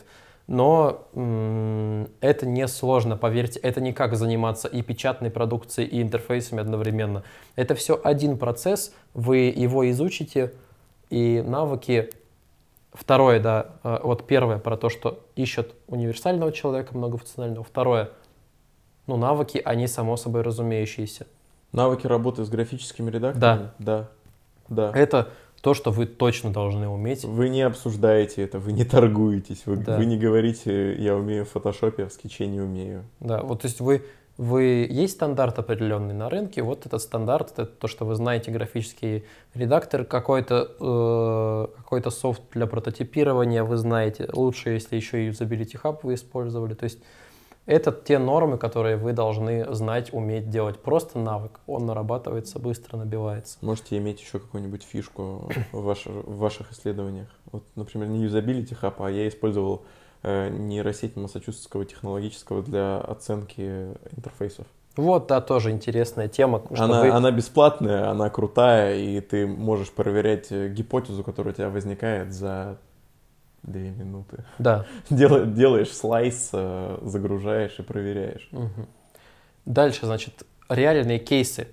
Но м, это не сложно, поверьте, это не как заниматься и печатной продукцией, и интерфейсами одновременно. Это все один процесс, вы его изучите, и навыки. Второе, да, э, вот первое про то, что ищут универсального человека, многофункционального. Второе, ну, навыки, они само собой разумеющиеся. Навыки работы с графическими редакторами? Да. Да. Да. Это то, что вы точно должны уметь. Вы не обсуждаете это, вы не торгуетесь, вы, Да. вы не говорите, я умею в фотошопе, а в скетче не умею. Да, вот то есть вы, вы есть стандарт определенный на рынке, вот этот стандарт, это то, что вы знаете графический редактор, какой-то э, какой-то софт для прототипирования вы знаете, лучше, если еще и Usability Hub вы использовали, то есть это те нормы, которые вы должны знать, уметь делать. Просто навык, он нарабатывается, быстро набивается. Можете иметь еще какую-нибудь фишку в, ваш, в ваших исследованиях. Вот, например, не Usability Hub, а я использовал э, нейросеть Массачусетского технологического для оценки интерфейсов. Вот, да, тоже интересная тема. Она, вы... она бесплатная, она крутая, и ты можешь проверять гипотезу, которая у тебя возникает за две минуты. Да. Дел, делаешь слайс, загружаешь и проверяешь. Угу. Дальше, значит, реальные кейсы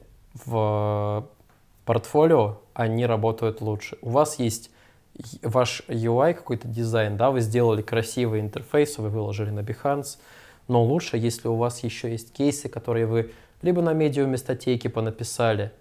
в портфолио, они работают лучше. У вас есть ваш ю ай, какой-то дизайн, да, вы сделали красивый интерфейс, вы выложили на Behance, но лучше, если у вас еще есть кейсы, которые вы либо на медиуме статейки понаписали,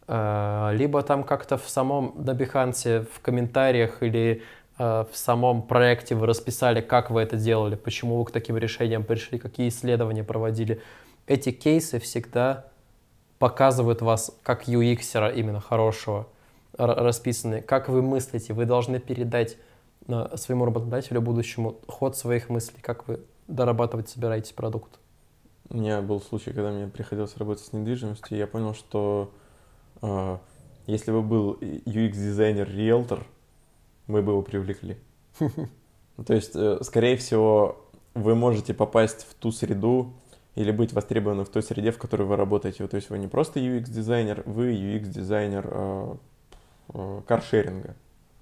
либо там как-то в самом на Behance в комментариях или в самом проекте вы расписали, как вы это делали, почему вы к таким решениям пришли, какие исследования проводили. Эти кейсы всегда показывают вас как ю экс-ера именно хорошего, расписанные, как вы мыслите. Вы должны передать своему работодателю будущему ход своих мыслей, как вы дорабатывать собираетесь продукт. У меня был случай, когда мне приходилось работать с недвижимостью, и я понял, что э, если бы был ю экс-дизайнер-риэлтор, мы бы его привлекли. То есть, скорее всего, вы можете попасть в ту среду или быть востребованы в той среде, в которой вы работаете. То есть вы не просто ю экс-дизайнер, вы ю экс-дизайнер э, э, каршеринга.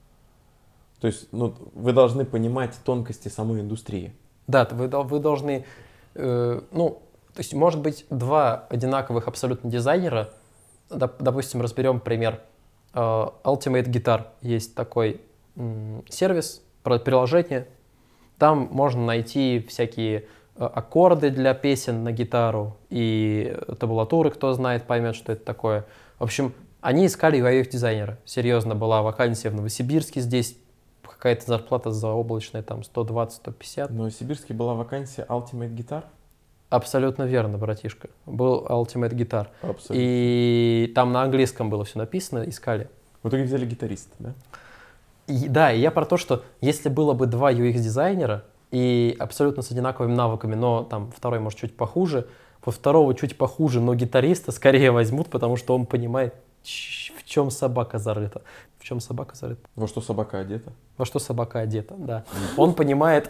То есть ну, вы должны понимать тонкости самой индустрии. Да, вы, вы должны... Э, ну, то есть может быть два одинаковых абсолютно дизайнера. Доп, допустим, разберем пример. Uh, Ultimate Guitar есть такой м, сервис, приложение. Там можно найти всякие uh, аккорды для песен на гитару и табулатуры, кто знает, поймет, что это такое. В общем, они искали ю экс-дизайнера. Серьезно, была вакансия в Новосибирске здесь, какая-то зарплата заоблачная, там сто двадцать - сто пятьдесят. В Новосибирске была вакансия Ultimate Guitar? Абсолютно верно, братишка. Был Ultimate Guitar. Абсолютно. И там на английском было все написано, искали. В итоге взяли гитариста, да? И, да, и я про то, что если было бы два ю экс-дизайнера и абсолютно с одинаковыми навыками, но там второй, может, чуть похуже, во второго чуть похуже, но гитариста скорее возьмут, потому что он понимает, в чем собака зарыта. В чем собака зарыта? Во что собака одета? Во что собака одета, да. Он понимает...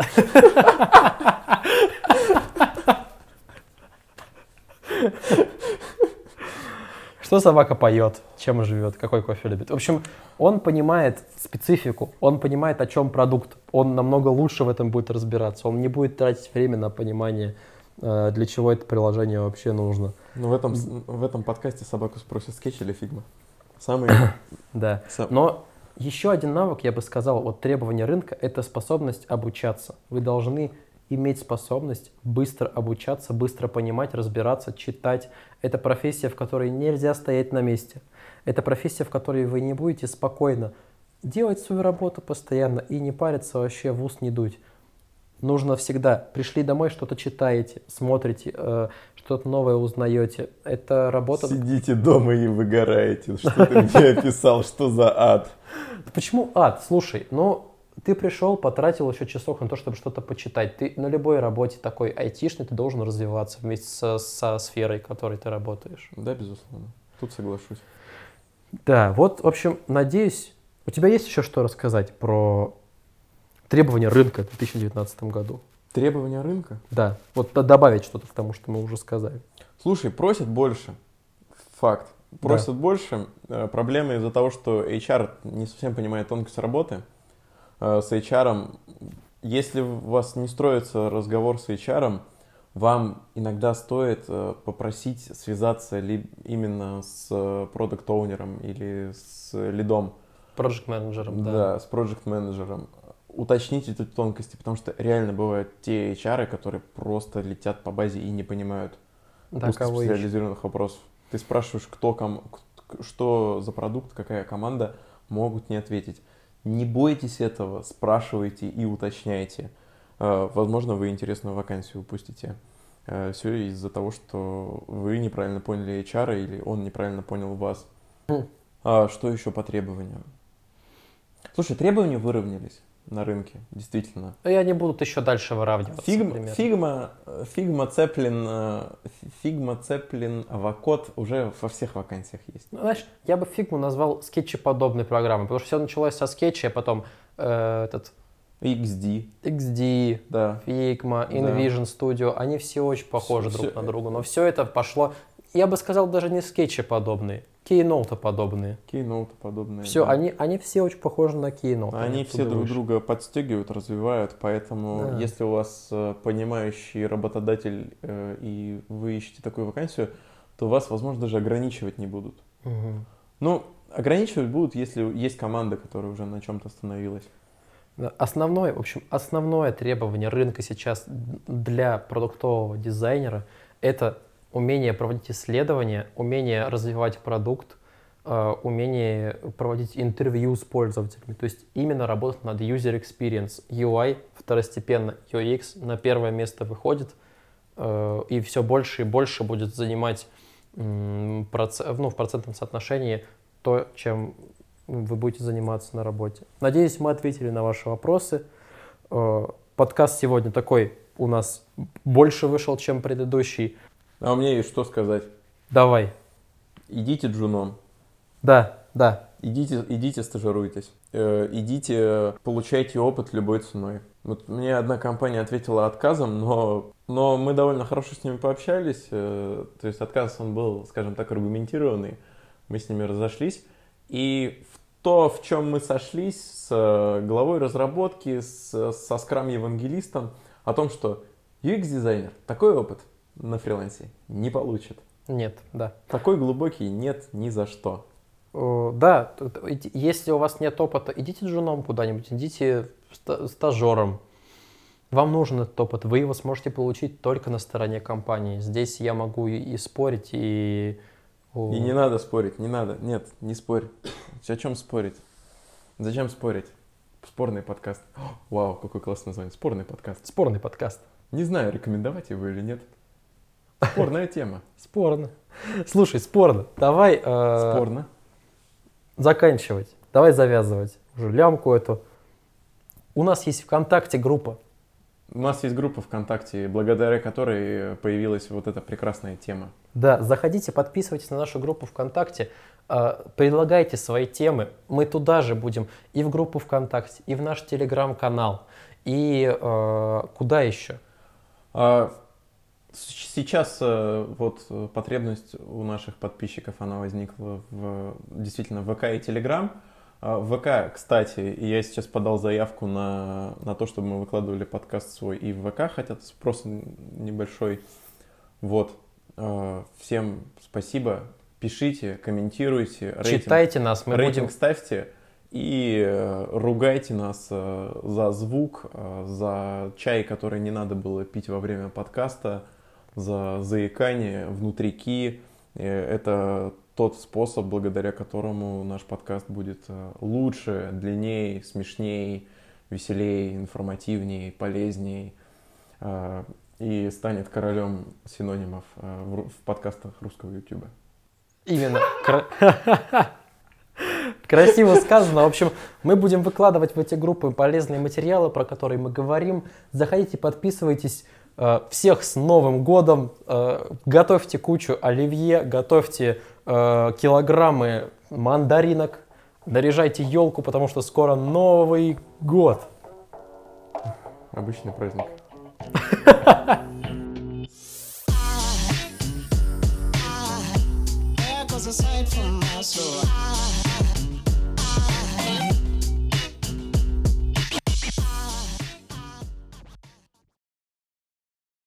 Что собака поет, чем живет, какой кофе любит. В общем, он понимает специфику, он понимает, о чем продукт. Он намного лучше в этом будет разбираться. Он не будет тратить время на понимание, для чего это приложение вообще нужно. Ну, в этом, в этом подкасте собаку спросят, скетч или фигма. Самый... Да. Но еще один навык, я бы сказал, вот требование рынка – это способность обучаться. Вы должны иметь способность быстро обучаться, быстро понимать, разбираться, читать. Это профессия, в которой нельзя стоять на месте. Это профессия, в которой вы не будете спокойно делать свою работу постоянно и не париться вообще, в ус не дуть. Нужно всегда. Пришли домой, что-то читаете, смотрите, э, что-то новое узнаете. Это работа... Сидите дома и выгораете. Что ты мне описал, что за ад? Почему ад? Слушай, ну... Ты пришел, потратил еще часок на то, чтобы что-то почитать. Ты на любой работе такой айтишный, ты должен развиваться вместе со, со сферой, в которой ты работаешь. Да, безусловно. Тут соглашусь. Да, вот, в общем, надеюсь, у тебя есть еще что рассказать про требования рынка в две тысячи девятнадцатом году? Требования рынка? Да, вот добавить что-то к тому, что мы уже сказали. Слушай, просят больше. Факт. Просят да. больше. Проблема из-за того, что эйч ар не совсем понимает тонкость работы. С эйч ар Если у вас не строится разговор с эйч ар, вам иногда стоит э, попросить связаться ли, именно с продакт-оунером или с лидом. Проджект-менеджером, да. Да, с проджект-менеджером. Уточнить эти тонкости, потому что реально бывают те эйч ар, которые просто летят по базе и не понимают Да, кого ищут. узкоспециализированных вопросов. Ты спрашиваешь, кто ком... что за продукт, какая команда, могут не ответить. Не бойтесь этого, спрашивайте и уточняйте. Э, Возможно, вы интересную вакансию упустите. Э, Все из-за того, что вы неправильно поняли эйч ар или он неправильно понял вас. Хм. А что еще по требованиям? Слушай, требования выровнялись на рынке, действительно. И они будут еще дальше выравниваться. Фигма, примерно. Фигма, Фигма, Цеплин, Фигма, Цеплин, Авакод уже во всех вакансиях есть. Ну, знаешь, я бы Фигму назвал скетчеподобной программой, потому что все началось со скетча, а потом э, этот икс ди. икс ди, Да. Figma, Да. InVision Studio, они все очень похожи Всё- друг всё- на друга, но все это пошло, я бы сказал, даже не скетчеподобные, Keynote подобные. Keynote подобные. Все, да. они, они все очень похожи на Keynote. Они все оттуда друг вышли. друга подстегивают, развивают, поэтому Да. если у вас э, понимающий работодатель э, и вы ищете такую вакансию, то вас, возможно, даже ограничивать не будут. Мгм. Ну, ограничивать будут, если есть команда, которая уже на чем-то остановилась. Да, Основное, в общем, основное требование рынка сейчас для продуктового дизайнера – это умение проводить исследования, умение развивать продукт, э, умение проводить интервью с пользователями. То есть именно работать над user experience. ю ай второстепенно, ю экс на первое место выходит, э, и все больше и больше будет занимать м, проц- ну, в процентном соотношении то, чем вы будете заниматься на работе. Надеюсь, мы ответили на ваши вопросы. Э, Подкаст сегодня такой у нас больше вышел, чем предыдущий. А у меня есть что сказать. Давай. Идите джуном. Да, да. Идите, идите стажируйтесь. Э, идите, получайте опыт любой ценой. Вот мне одна компания ответила отказом, но, но мы довольно хорошо с ними пообщались. Э, то есть отказ он был, скажем так, аргументированный. Мы с ними разошлись. И в то, в чем мы сошлись с э, главой разработки, с, со скрам-евангелистом, о том, что ю экс-дизайнер такой опыт на фрилансе не получит. Нет, да. Такой глубокий нет ни за что. Э, Да, т- т- иди- если у вас нет опыта, идите джуном куда-нибудь, идите ста- стажером. Вам нужен этот опыт, вы его сможете получить только на стороне компании. Здесь я могу и, и спорить, и... о, И не надо спорить, не надо. Нет, не спорь. О чем спорить? Зачем спорить? Спорный подкаст. О, вау, какой классное название. Спорный подкаст. Спорный подкаст. Не знаю, рекомендовать его или нет. Спорная тема. Спорно. Слушай, спорно. Давай э, Спорно. заканчивать. Давай завязывать уже лямку эту. У нас есть ВКонтакте группа. У нас есть группа ВКонтакте, благодаря которой появилась вот эта прекрасная тема. Да, заходите, подписывайтесь на нашу группу ВКонтакте, э, предлагайте свои темы. Мы туда же будем и в группу ВКонтакте, и в наш Телеграм-канал, и э, куда еще? А, с- сейчас э, вот э, потребность у наших подписчиков, она возникла в, действительно в ВК и Телеграм. А, В ВК, кстати, я сейчас подал заявку на, на то, чтобы мы выкладывали подкаст свой и в ВК, хотя спрос небольшой. Вот. А, Всем спасибо. Пишите, комментируйте, рейтинг, Читайте нас, мы рейтинг будем... ставьте и э, ругайте нас э, за звук, э, за чай, который не надо было пить во время подкаста, за заикание внутрики. Э, Это тот способ, благодаря которому наш подкаст будет э, лучше, длиннее, смешнее, веселее, информативнее, полезнее э, и станет королем синонимов э, в, ру- в подкастах русского ютуба. Именно. Кра- Красиво сказано. В общем, мы будем выкладывать в эти группы полезные материалы, про которые мы говорим. Заходите, подписывайтесь. Э, Всех с Новым годом. Э, Готовьте кучу оливье, готовьте э, килограммы мандаринок. Наряжайте елку, потому что скоро Новый год. Обычный праздник. There goes a sight from my soul.